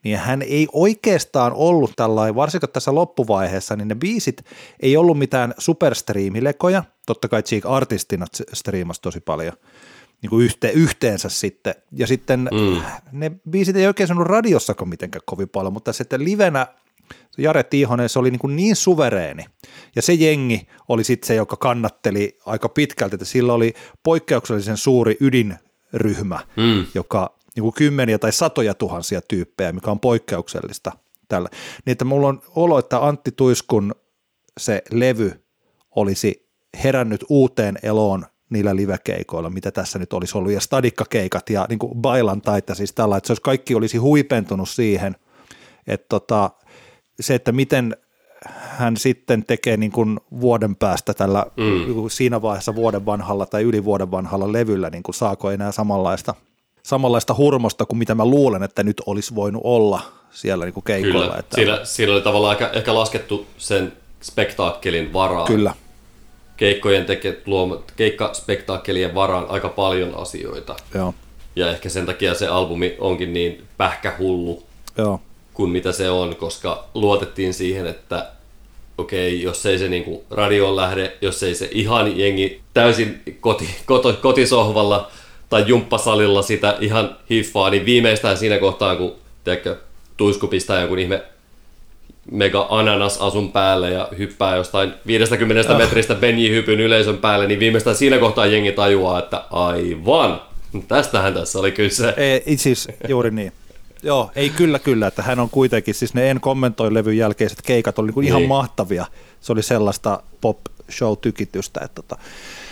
niin hän ei oikeastaan ollut tällainen, varsinkin tässä loppuvaiheessa, niin ne biisit ei ollut mitään superstriimilekoja, totta kai Cheek artistina striimasi tosi paljon, niin kuin yhte, yhteensä sitten, ja sitten mm. ne biisit ei oikein sanonut radiossakaan mitenkään kovin paljon, mutta sitten livenä Jare Tiihonen, se oli niin, kuin niin suvereeni, ja se jengi oli sitten se, joka kannatteli aika pitkälti, että sillä oli poikkeuksellisen suuri ydinryhmä, mm. joka niin kuin kymmeniä tai satoja tuhansia tyyppejä, mikä on poikkeuksellista tällä. Niin, että mulla on olo, että Antti Tuiskun se levy olisi herännyt uuteen eloon niillä livekeikoilla, mitä tässä nyt olisi ollut, ja stadikkakeikat ja niin kuin bailantaita, siis tällä, että se olisi, kaikki olisi huipentunut siihen, että tota, se, että miten hän sitten tekee niin kuin vuoden päästä tällä mm. siinä vaiheessa vuoden vanhalla tai yli vuoden vanhalla levyllä, niin kuin saako enää samanlaista, samanlaista hurmosta kuin mitä mä luulen, että nyt olisi voinut olla siellä niin kuin keikoilla. Kyllä, että siinä, siinä oli tavallaan ehkä, ehkä laskettu sen spektaakkelin varaan. Kyllä. Keikkojen teke, keikkaspektaakkelien varaan aika paljon asioita. Joo. Ja ehkä sen takia se albumi onkin niin pähkähullu Joo. kuin mitä se on, koska luotettiin siihen, että okei, jos ei se niinku radioon lähde, jos ei se ihan jengi täysin koti, koto, kotisohvalla tai jumppasalilla sitä ihan hiffaa, niin viimeistään siinä kohtaa, kun tiedätkö, Tuisku pistää jonkun ihme mega ananas asun päälle ja hyppää jostain viidestäkymmenestä metristä Benji-hypyn yleisön päälle, niin viimeistään siinä kohtaa jengi tajuaa, että aivan, tästähän tässä oli kyse. Ei, siis juuri niin. Joo, ei kyllä kyllä, että hän on kuitenkin, siis ne En kommentoi levyn jälkeiset keikat oli niin ihan mahtavia. Se oli sellaista pop-show-tykitystä, että tota,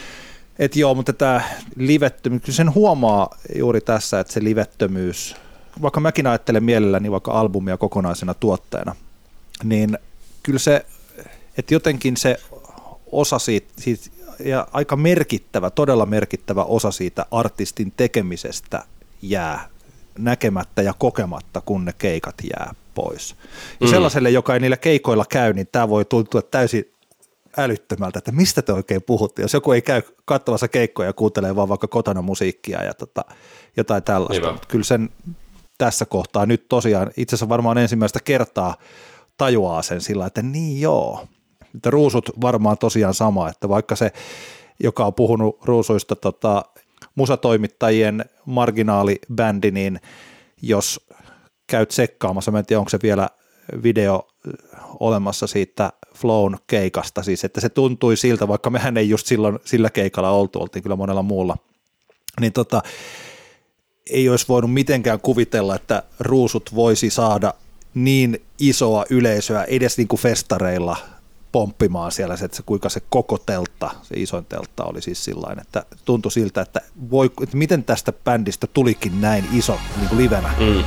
et joo, mutta tämä livettömyys, kyllä sen huomaa juuri tässä, että se livettömyys, vaikka mäkin ajattelen mielelläni vaikka albumia kokonaisena tuotteena, niin kyllä se, että jotenkin se osa siitä, siitä ja aika merkittävä, todella merkittävä osa siitä artistin tekemisestä jää näkemättä ja kokematta, kun ne keikat jää pois. Ja mm. sellaiselle, joka ei niillä keikoilla käy, niin tämä voi tuntua täysin älyttömältä, että mistä te oikein puhutte, jos joku ei käy katsomassa keikkoja ja kuuntelee vaan vaikka kotona musiikkia ja tota, jotain tällaista. Kyllä sen tässä kohtaa nyt tosiaan, itse asiassa varmaan ensimmäistä kertaa tajuaa sen sillä, että niin joo, että Ruusut varmaan tosiaan sama, että vaikka se, joka on puhunut Ruusuista tota, musatoimittajien marginaalibändi, niin jos käyt tsekkaamassa, mä en tiedä, onko se vielä video olemassa siitä Flown keikasta, siis että se tuntui siltä, vaikka mehän ei just silloin sillä keikalla oltu, oltiin kyllä monella muulla, niin tota, ei olisi voinut mitenkään kuvitella, että Ruusut voisi saada niin isoa yleisöä edes niin kuin festareilla pomppimaan siellä, se, että se, kuinka se koko teltta, se isoin teltta oli siis sillain, että tuntui siltä, että, voi, että miten tästä bändistä tulikin näin iso niin kuin livenä. Mm.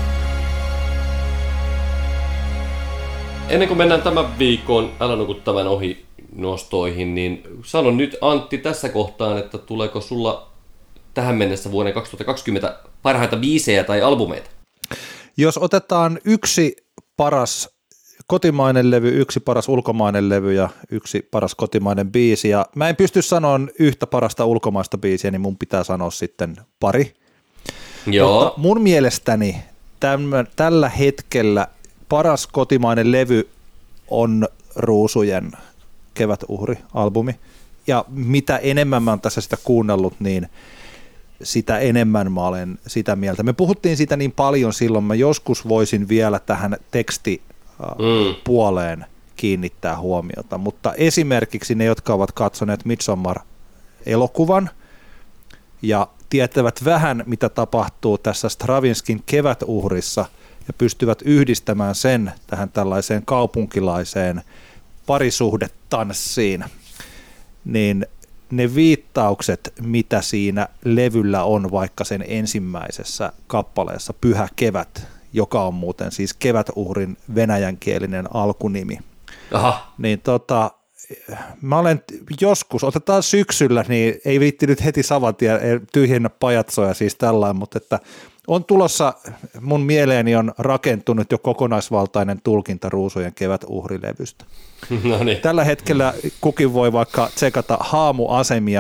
Ennen kuin mennään tämän viikon Älä nuku tämän ohi nostoihin, niin sanon nyt Antti tässä kohtaan, että tuleeko sulla tähän mennessä vuoden kaksituhattakaksikymmentä parhaita biisejä tai albumeita? Jos otetaan yksi paras kotimainen levy, yksi paras ulkomainen levy ja yksi paras kotimainen biisi, ja mä en pysty sanomaan yhtä parasta ulkomaista biisiä, niin mun pitää sanoa sitten pari. Joo. Mutta mun mielestäni tämän, tällä hetkellä paras kotimainen levy on Ruusujen Kevätuhri-albumi, ja mitä enemmän mä oon tässä sitä kuunnellut, niin sitä enemmän mä olen sitä mieltä. Me puhuttiin siitä niin paljon silloin, mä joskus voisin vielä tähän tekstipuoleen mm. kiinnittää huomiota, mutta esimerkiksi ne, jotka ovat katsoneet Midsommar-elokuvan ja tietävät vähän, mitä tapahtuu tässä Stravinskin Kevätuhrissa ja pystyvät yhdistämään sen tähän tällaiseen kaupunkilaiseen parisuhdetanssiin, niin ne viittaukset, mitä siinä levyllä on, vaikka sen ensimmäisessä kappaleessa Pyhä kevät, joka on muuten siis Kevätuhrin venäjänkielinen alkunimi. Aha. Niin tota, mä olen joskus, otetaan syksyllä, niin ei viitti nyt heti savantia, tyhjennä pajatsoja siis tällainen, mutta että on tulossa, mun mieleeni on rakentunut jo kokonaisvaltainen tulkinta Ruusujen Kevätuhrilevystä. No niin. Tällä hetkellä kukin voi vaikka tsekata haamuasemia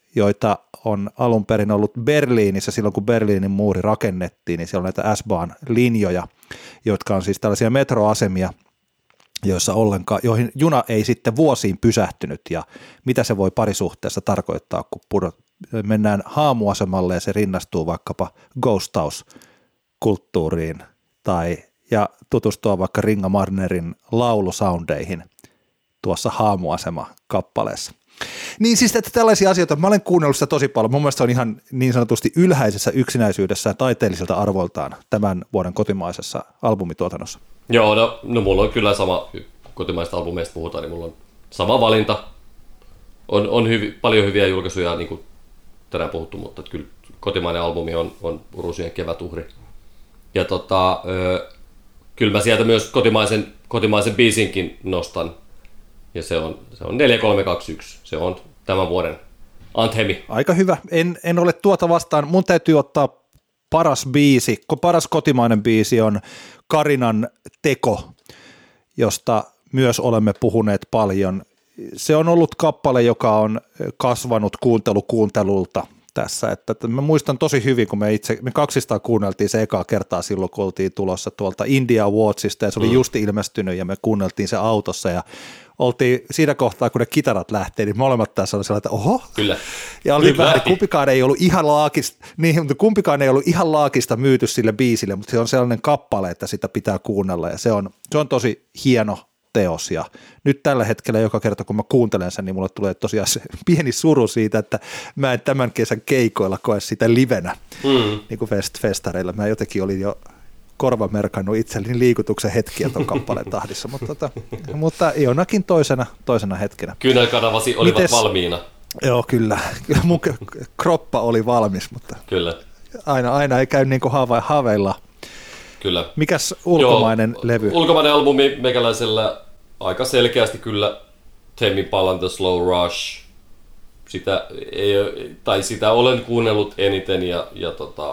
joita on alun perin ollut Berliinissä silloin, kun Berliinin muuri rakennettiin, niin siellä on näitä S-Bahn-linjoja, jotka on siis tällaisia metroasemia, joissa ollenkaan, joihin juna ei sitten vuosiin pysähtynyt, ja mitä se voi parisuhteessa tarkoittaa, kun pudot, mennään haamuasemalle ja se rinnastuu vaikkapa Ghost House-kulttuuriin, tai ja tutustua vaikka Ringa Marnerin laulusoundeihin tuossa haamuasema-kappaleessa. Niin siis, että tällaisia asioita, mä olen kuunnellut sitä tosi paljon, mun mielestä se on ihan niin sanotusti ylhäisessä yksinäisyydessä taiteellisilta arvoiltaan tämän vuoden kotimaisessa albumituotannossa. Joo, no, no mulla on kyllä sama, kotimaista albumeista puhutaan, niin mulla on sama valinta. On, on hyvi, paljon hyviä julkaisuja, niin kuin tänään puhuttu, mutta kyllä kotimainen albumi on, on Ruusujen kevätuhri. Ja tota, ö, kyllä mä sieltä myös kotimaisen, kotimaisen biisinkin nostan. Ja se on, se on neljä kolme kaksi yksi. Se on tämän vuoden anthemi. Aika hyvä. En, en ole tuota vastaan. Mun täytyy ottaa paras biisi. Paras kotimainen biisi on Karinan Teko, josta myös olemme puhuneet paljon. Se on ollut kappale, joka on kasvanut kuuntelu kuuntelulta tässä. Että mä muistan tosi hyvin, kun me itse, me kaksistaan kuunneltiin se ekaa kertaa silloin, kun oltiin tulossa tuolta India Awardsista, ja se oli mm. just ilmestynyt, ja me kuunneltiin se autossa, ja oltiin siinä kohtaa, kun ne kitarat lähtee, niin molemmat tässä oli sellainen, että oho. Kyllä. Ja oli vähän, kumpikaan ei ollut ihan laakista, niin, mutta kumpikaan ei ollut ihan laakista myyty sille biisille, mutta se on sellainen kappale, että sitä pitää kuunnella, ja se on, se on tosi hieno teos, ja nyt tällä hetkellä joka kerta, kun mä kuuntelen sen, niin mulle tulee tosiaan se pieni suru siitä, että mä en tämän kesän keikoilla koe sitä livenä, mm. niin kuin fest, festareilla. Mä jotenkin olin jo korvamerkannut itselleni liikutuksen hetkiä ton kappaleen tahdissa, mutta, tota, mutta jonakin toisena, toisena hetkenä. Kyynelkanavasi olivat Mites, valmiina. Joo, kyllä. Mun kroppa oli valmis, mutta kyllä. Aina, aina ei käy niin kuin haave, haaveilla. Kyllä. Mikäs ulkomainen Joo, levy? Ulkomainen albumi meikäläisellä aika selkeästi kyllä Tame Impala The Slow Rush. Sitä, ei, tai sitä olen kuunnellut eniten ja, ja tota,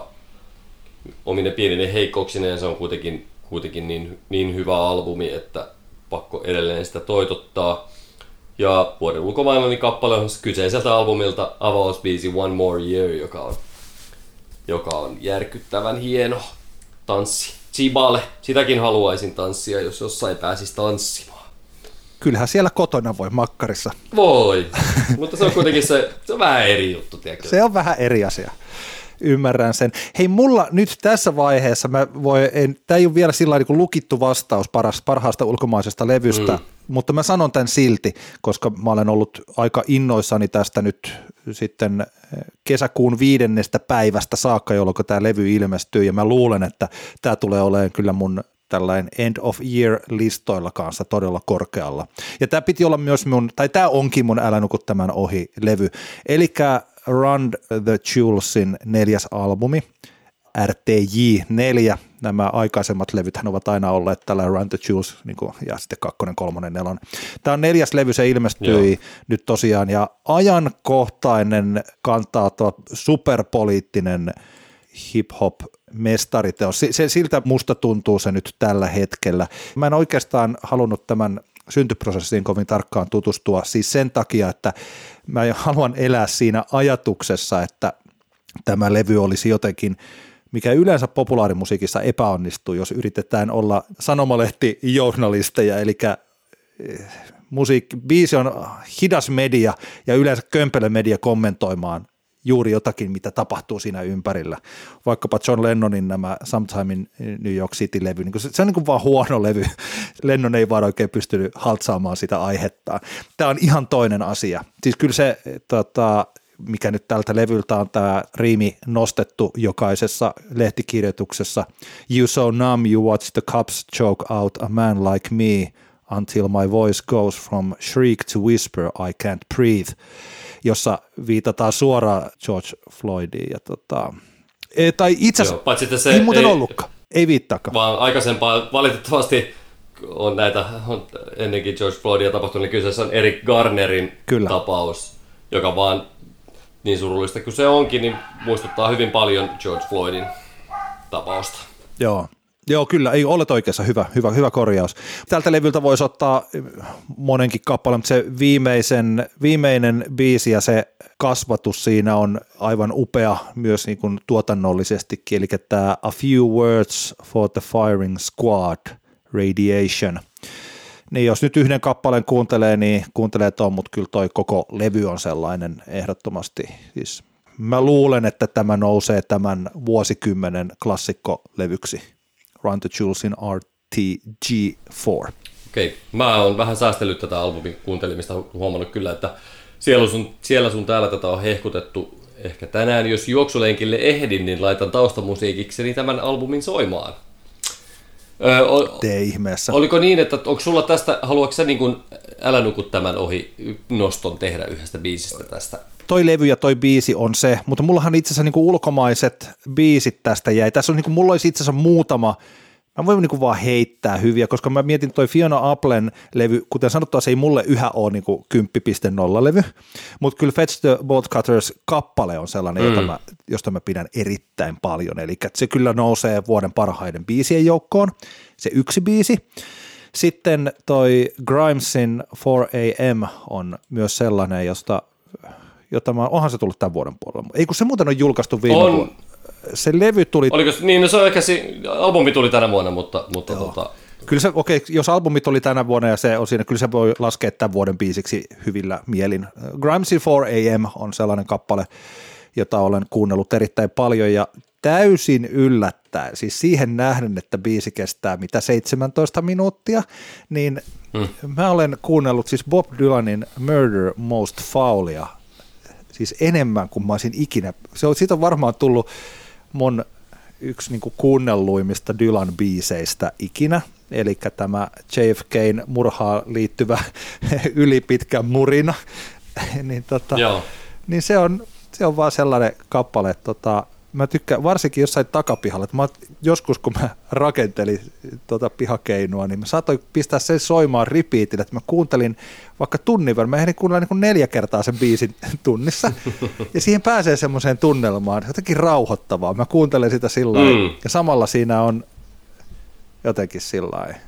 omine pienine heikkouksineen se on kuitenkin, kuitenkin niin, niin hyvä albumi, että pakko edelleen sitä toitottaa. Ja vuoden ulkomainen kappale on kyseiseltä albumilta avausbiisi One More Year, joka on, joka on järkyttävän hieno tanssi. Chibale, sitäkin haluaisin tanssia, jos jossain pääsisi tanssimaan. Kyllähän siellä kotona voi makkarissa. Voi, mutta se on kuitenkin se, se on vähän eri juttu, tiedätkö? Se on vähän eri asia. Ymmärrän sen. Hei, mulla nyt tässä vaiheessa, mä voi, en, tämä ei ole vielä sillä niin kuin lukittu vastaus paras, parhaasta ulkomaisesta levystä, mm. mutta mä sanon tämän silti, koska mä olen ollut aika innoissani tästä nyt sitten kesäkuun viidennestä päivästä saakka, jolloin tämä levy ilmestyy, ja mä luulen, että tämä tulee olemaan kyllä mun tällainen end of year listoilla kanssa todella korkealla. Ja tämä piti olla myös mun, tai tämä onkin mun Älä nuku tämän ohi -levy, elikkä Run the Jewelsin neljäs albumi, R T J neljä. Nämä aikaisemmat levythän ovat aina olleet tällä Run the Jewels, niin kuin, ja sitten kakkonen, kolmonen, nelonen. Tämä on neljäs levy, se ilmestyi Joo. nyt tosiaan, ja ajankohtainen kantautuva superpoliittinen hip-hop-mestariteos. Se, siltä musta tuntuu se nyt tällä hetkellä. Mä en oikeastaan halunnut tämän syntyprosessiin kovin tarkkaan tutustua, siis sen takia, että mä haluan elää siinä ajatuksessa, että tämä levy olisi jotenkin, mikä yleensä populaarimusiikissa epäonnistuu, jos yritetään olla sanomalehtijournalisteja, eli musiikki, biisi on hidas media ja yleensä kömpelö media kommentoimaan juuri jotakin, mitä tapahtuu siinä ympärillä. Vaikkapa John Lennonin nämä Sometime in New York City-levy, niin se, se on niin kuin vaan huono levy. Lennon ei vaan oikein pystynyt haltsaamaan sitä aihettaan. Tämä on ihan toinen asia. Siis kyllä se, tota, mikä nyt tältä levyltä on tämä riimi nostettu jokaisessa lehtikirjoituksessa. You so numb, you watch the cops choke out a man like me until my voice goes from shriek to whisper, I can't breathe, jossa viitataan suoraan George Floydiin. Ja tota, e, tai itse asiassa ei muuten ei, ollutkaan, ei viittaakaan. Vaan aikaisempaa valitettavasti on näitä, on ennenkin George Floydia tapahtunut, niin kyseessä on Eric Garnerin Kyllä. tapaus, joka vaan niin surullista kuin se onkin, niin muistuttaa hyvin paljon George Floydin tapausta. Joo. Joo, kyllä, ei olet oikeassa, hyvä, hyvä, hyvä korjaus. Tältä levyltä voisi ottaa monenkin kappaleen, mutta se viimeisen, viimeinen biisi ja se kasvatus siinä on aivan upea myös niin kuin tuotannollisestikin, eli tämä A Few Words for the Firing Squad, Radiation. Niin jos nyt yhden kappaleen kuuntelee, niin kuuntelee tuon, mutta kyllä toi koko levy on sellainen ehdottomasti. Siis mä luulen, että tämä nousee tämän vuosikymmenen klassikkolevyksi. Run the Julesin R T G neljä. Okei, mä oon vähän säästellyt tätä albumin kuuntelemista, huomannut kyllä, että siellä sun, siellä sun täällä tätä on hehkutettu. Ehkä tänään, jos juoksulenkille ehdin, niin laitan taustamusiikikseni tämän albumin soimaan. Öö, o, Tee ihmeessä. Oliko niin, että onko sulla tästä, haluatko sä niin kuin Älä nuku tämän ohi noston tehdä yhdestä biisistä tästä? Toi levy ja toi biisi on se, mutta mullahan itse asiassa niinku ulkomaiset biisit tästä jäi. Tässä on niinku, mulla olisi itse asiassa muutama, mä voin niinku vaan heittää hyviä, koska mä mietin toi Fiona Applen levy, kuten sanottua, se ei mulle yhä ole niinku kymmenen piste nolla levy, mutta kyllä Fetch the Bolt Cutters kappale on sellainen, mm. jota mä, josta mä pidän erittäin paljon, eli se kyllä nousee vuoden parhaiden biisien joukkoon, se yksi biisi. Sitten toi Grimesin four a m on myös sellainen, josta, jota mä, onhan se tullut tämän vuoden puolella. Ei kun se muuten on julkaistu viime on. vuonna. Se levy tuli... Oliko, niin, no se on ehkä se, albumi tuli tänä vuonna, mutta... mutta tota... Kyllä se, okei, jos albumi tuli tänä vuonna ja se on siinä, kyllä se voi laskea tämän vuoden biisiksi hyvillä mielin. Grimesin four a m on sellainen kappale, jota olen kuunnellut erittäin paljon ja täysin yllättäen, siis siihen nähden, että biisi kestää mitä seitsemäntoista minuuttia, niin hmm. mä olen kuunnellut siis Bob Dylanin Murder Most Foulia siis enemmän kuin mä olisin ikinä. Se on, siitä on varmaan tullut mun yksi niin kuin kuunnelluimmista Dylan biiseistä ikinä, eli tämä J F K:n murhaan liittyvä ylipitkä murina, niin, tota, niin se, on, se on vaan sellainen kappale, että tota, mä tykkään varsinkin jossain takapihalla, että mä, joskus kun mä rakentelin tota pihakeinua, niin mä saatoin pistää sen soimaan repeatille, että mä kuuntelin vaikka tunnin verran, mä ehdin kuunnella niin kuin neljä kertaa sen biisin tunnissa, ja siihen pääsee semmoiseen tunnelmaan, jotenkin rauhoittavaa, mä kuuntelen sitä sillä lailla, mm. ja samalla siinä on jotenkin sillä lailla,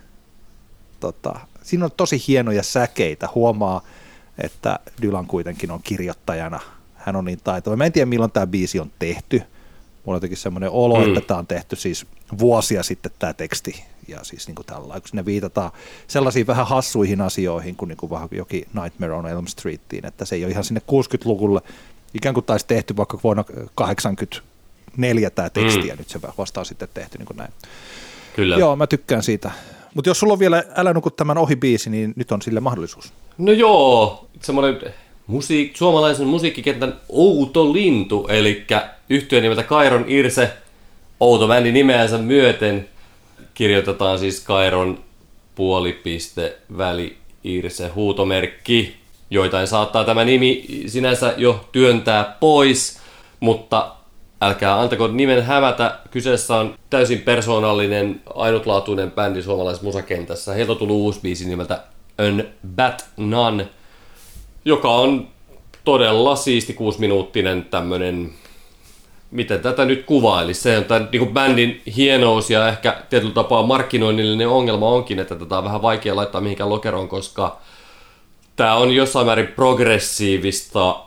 tota, siinä on tosi hienoja säkeitä, huomaa, että Dylan kuitenkin on kirjoittajana, hän on niin taitava. Mä en tiedä, milloin tämä biisi on tehty. Mulla on jotenkin semmoinen olo, mm. että tämä on tehty siis vuosia sitten tämä teksti. Ja siis niin kuin tällainen, kun sinne viitataan sellaisiin vähän hassuihin asioihin, kuin, niin kuin vähän jokin Nightmare on Elm Streetiin, että se ei ole ihan sinne kuusikymmentäluvulle ikään kuin taisi tehty vaikka vuonna kahdeksankymmentäneljä tämä teksti, mm. ja nyt se vasta on sitten tehty niin kuin näin. Kyllä. Joo, mä tykkään siitä. Mutta jos sulla on vielä Älä nuku tämän ohi biisi, niin nyt on sille mahdollisuus. No joo, semmoinen... Musiik, suomalaisen musiikkikentän outo lintu, eli yhtye nimeltä Kairon Irse, outo bändi nimeänsä myöten, kirjoitetaan siis Kairon puolipiste väli Irse huutomerkki, joitain saattaa tämä nimi sinänsä jo työntää pois, mutta älkää antako nimen hävätä, kyseessä on täysin persoonallinen, ainutlaatuinen bändi suomalaisessa musakentässä. Heiltä on tullut uusi biisi nimeltä An Bat None, joka on todella siisti kuusiminuuttinen tämmönen, miten tätä nyt kuvailisi. Se on tämän niin kuin bändin hienous ja ehkä tietyllä tapaa markkinoinnillinen ongelma onkin, että tätä on vähän vaikea laittaa mihinkään lokeroon, koska tämä on jossain määrin progressiivista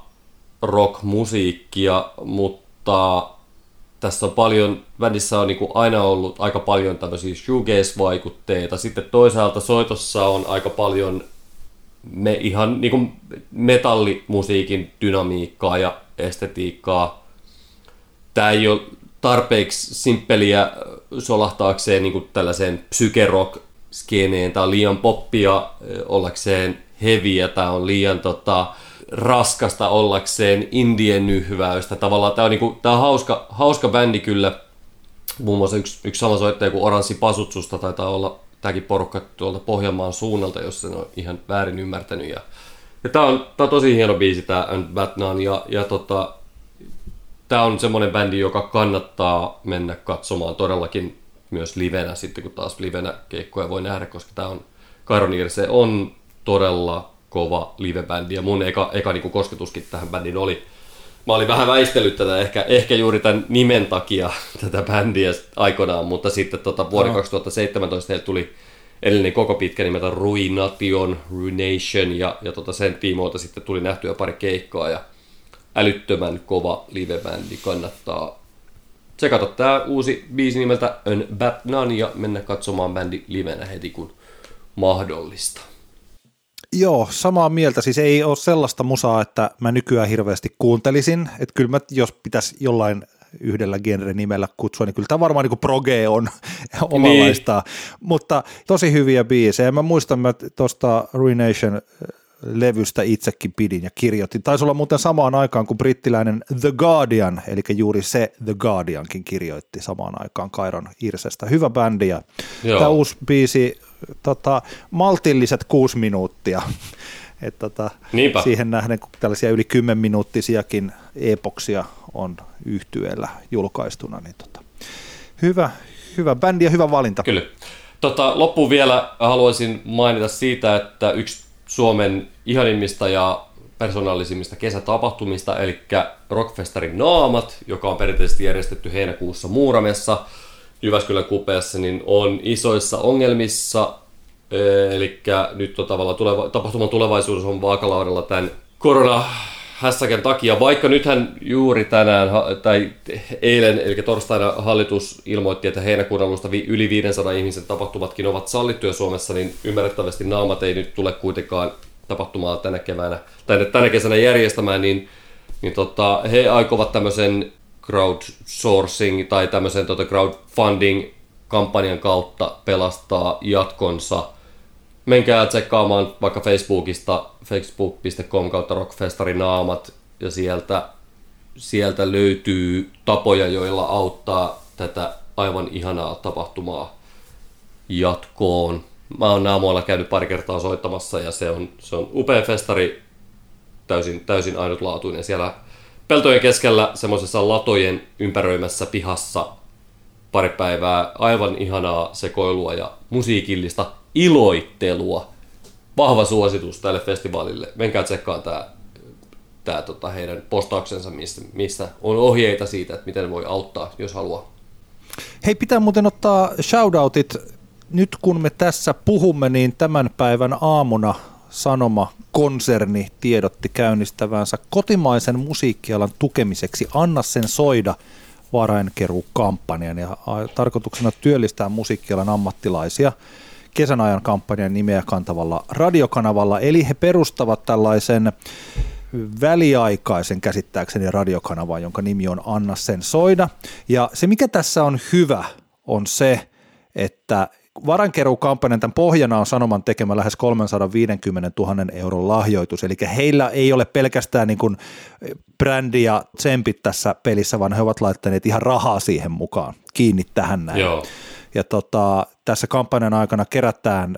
rock-musiikkia, mutta tässä on paljon, bändissä on niin kuin aina ollut aika paljon tämmöisiä shoegaze-vaikutteita. Sitten toisaalta soitossa on aika paljon me ihan niin kuin metallimusiikin dynamiikkaa ja estetiikkaa. Tämä ei ole tarpeeksi simppeliä solahtaakseen niin kuin tällaiseen psykerock-skeneen. Tämä on liian poppia ollakseen heviä. Tämä on liian tota, raskasta ollakseen indien nyhväystä. Tavallaan tämä on, niin kuin, tämä on hauska, hauska bändi kyllä. Muun muassa yksi, yksi sama soittaja kuin Oranssi Pasutsusta taitaa olla tämäkin porukka tuolta Pohjanmaan suunnalta, jos sen on ihan väärin ymmärtänyt. Ja, ja tämä, on, tämä on tosi hieno biisi, tämä Batman, ja, ja tota, tämä on semmoinen bändi, joka kannattaa mennä katsomaan todellakin myös livenä, sitten kun taas livenä keikkoja voi nähdä, koska tämä on, Kairon Irse on todella kova livebändi, ja mun eka, eka niin kuin kosketuskin tähän bändiin oli. Mä olin vähän väistellyt tätä ehkä, ehkä juuri tämän nimen takia tätä bändiä aikoinaan, mutta sitten tota, vuoden no. kaksituhattaseitsemäntoista heille tuli edellinen koko pitkä nimeltä Ruination, Ruination, ja, ja tota sen tiimoilta sitten tuli nähtyä pari keikkaa, ja älyttömän kova livebändi. Kannattaa tsekata tää uusi biisi nimeltä An Bad Nun ja mennä katsomaan bändi livenä heti kun mahdollista. Joo, samaa mieltä. Siis ei ole sellaista musaa, että mä nykyään hirveästi kuuntelisin. Että kyllä mä, jos pitäisi jollain yhdellä genre-nimellä kutsua, niin kyllä tämä varmaan niin kuin proge on omanlaistaan. Niin. Mutta tosi hyviä biisejä. Mä muistan, että tuosta Ruination-levystä itsekin pidin ja kirjoitin. Taisi olla muuten samaan aikaan kuin brittiläinen The Guardian, eli juuri se The Guardiankin kirjoitti samaan aikaan Kairon Irsestä. Hyvä bändi ja tämä uusi biisi, tota, maltilliset kuusi minuuttia. Et tota, siihen nähden, kun tällaisia yli kymmen minuuttisiakin epoksia on yhtyeellä julkaistuna, niin tota, hyvä, hyvä bändi ja hyvä valinta. Kyllä. Tota, loppuun vielä haluaisin mainita siitä, että yksi Suomen ihanimmista ja persoonallisimmista kesätapahtumista, eli Rockfestarin Naamat, joka on perinteisesti järjestetty heinäkuussa Muuramessa, Jyväskylän kupeessa, niin on isoissa ongelmissa. Eli nyt on tavallaan tuleva, tapahtuman tulevaisuus on vaakalaudalla tämän koronahässäkän takia, vaikka nythän juuri tänään tai eilen, eli torstaina hallitus ilmoitti, että heinäkuun alusta yli viisisataa ihmisen tapahtumatkin ovat sallittuja Suomessa, niin ymmärrettävästi Naamat ei nyt tule kuitenkaan tapahtumaa tänä keväänä, tai tänä kesänä järjestämään, niin, niin tota, he aikovat tämmöisen crowdsourcing tai tämmöisen tota crowdfunding-kampanjan kautta pelastaa jatkonsa. Menkää tsekkaamaan vaikka Facebookista, facebook piste com kautta rockfestarinaamat, ja sieltä, sieltä löytyy tapoja, joilla auttaa tätä aivan ihanaa tapahtumaa jatkoon. Mä oon Naamoilla käynyt pari kertaa soittamassa, ja se on, se on upea festari, täysin, täysin ainutlaatuinen. Siellä peltojen keskellä semmoisessa latojen ympäröimässä pihassa pari päivää aivan ihanaa sekoilua ja musiikillista iloittelua. Vahva suositus tälle festivaalille. Menkää tsekkaan tää, tää tota heidän postauksensa, missä, missä on ohjeita siitä, että miten voi auttaa, jos haluaa. Hei, pitää muuten ottaa shoutoutit. Nyt kun me tässä puhumme, niin tämän päivän aamuna Sanoma-konserni tiedotti käynnistävänsä kotimaisen musiikkialan tukemiseksi Anna sen soida varainkeruukampanjan, ja tarkoituksena työllistää musiikkialan ammattilaisia kesän ajan kampanjan nimeä kantavalla radiokanavalla, eli he perustavat tällaisen väliaikaisen käsittääkseni radiokanavan, jonka nimi on Anna sen soida, ja se mikä tässä on hyvä on se, että varainkeruukampanjan tämän pohjana on Sanoman tekemä lähes kolmesataaviisikymmentätuhatta euron lahjoitus, eli heillä ei ole pelkästään niin kuin brändi ja tsempit tässä pelissä, vaan he ovat laittaneet ihan rahaa siihen mukaan, kiinni tähän näin. Joo. Ja tota, tässä kampanjan aikana kerätään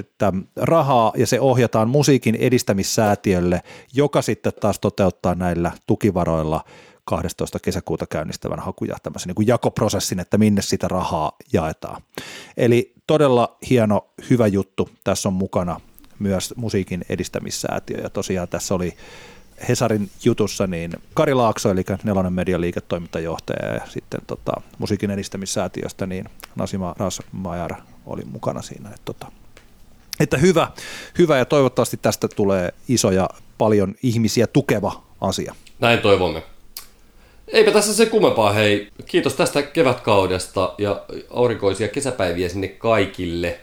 rahaa ja se ohjataan musiikin edistämissäätiölle, joka sitten taas toteuttaa näillä tukivaroilla kahdestoista kesäkuuta käynnistävän hakuja tämmöisen niin kuin jakoprosessin, että minne sitä rahaa jaetaan. Eli todella hieno, hyvä juttu. Tässä on mukana myös musiikin edistämissäätiö, ja tosiaan tässä oli Hesarin jutussa niin Kari Laakso, eli Nelonen Median liiketoimintajohtaja, ja sitten tota, musiikin edistämissäätiöstä niin Nasima Rasmajar oli mukana siinä. Että, tota, että hyvä, hyvä, ja toivottavasti tästä tulee iso ja paljon ihmisiä tukeva asia. Näin toivomme. Eipä tässä se kummempaa, hei. Kiitos tästä kevätkaudesta ja aurinkoisia kesäpäiviä sinne kaikille.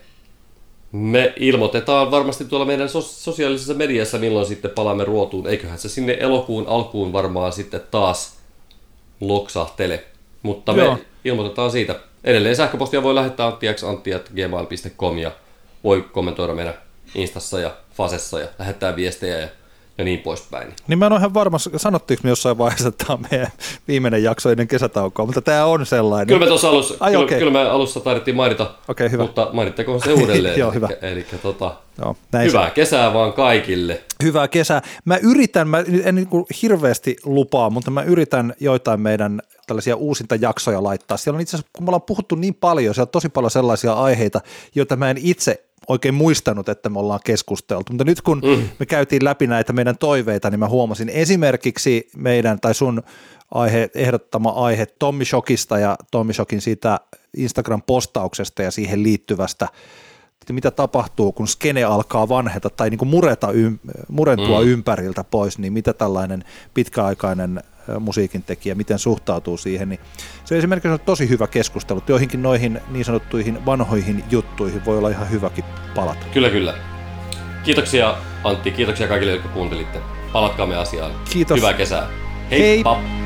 Me ilmoitetaan varmasti tuolla meidän sosiaalisessa mediassa, milloin sitten palaamme ruotuun. Eiköhän se sinne elokuun alkuun varmaan sitten taas loksahtele. Mutta me Joo. ilmoitetaan siitä. Edelleen sähköpostia voi lähettää antti x antti at gmail piste com ja voi kommentoida meidän Instassa ja Fasessa ja lähettää viestejä ja ja niin poispäin. Niin mä en ole ihan varma, sanottiinko me jossain vaiheessa, että tämä on meidän viimeinen jakso ennen kesätaukoa, mutta tämä on sellainen. Kyllä me tuossa alussa, Ai, kyllä, okay. kyllä me alussa taidettiin mainita, okay, hyvä. mutta mainittakoon se uudelleen. Joo, hyvä. Eli, eli tota, Joo, hyvää se. kesää vaan kaikille. Hyvää kesää. Mä yritän, mä en niin kuin hirveästi lupaa, mutta mä yritän joitain meidän tällaisia uusinta jaksoja laittaa. Siellä on itse asiassa, kun me ollaan puhuttu niin paljon, siellä on tosi paljon sellaisia aiheita, joita mä en itse oikein muistanut, että me ollaan keskusteltu, mutta nyt kun mm. me käytiin läpi näitä meidän toiveita, niin mä huomasin esimerkiksi meidän tai sun aihe, ehdottama aihe Tommy Shockista ja Tommy Shockin siitä Instagram-postauksesta ja siihen liittyvästä että mitä tapahtuu, kun skene alkaa vanheta tai niin kuin mureta, murentua mm. ympäriltä pois, niin mitä tällainen pitkäaikainen musiikin tekijä, miten suhtautuu siihen, niin se esimerkiksi on tosi hyvä keskustelu. Joihinkin noihin niin sanottuihin vanhoihin juttuihin voi olla ihan hyväkin palata. Kyllä, kyllä. Kiitoksia Antti, kiitoksia kaikille, jotka kuuntelitte. Palatkaamme asiaan. Kiitos. Hyvää kesää. Heippa! Hei.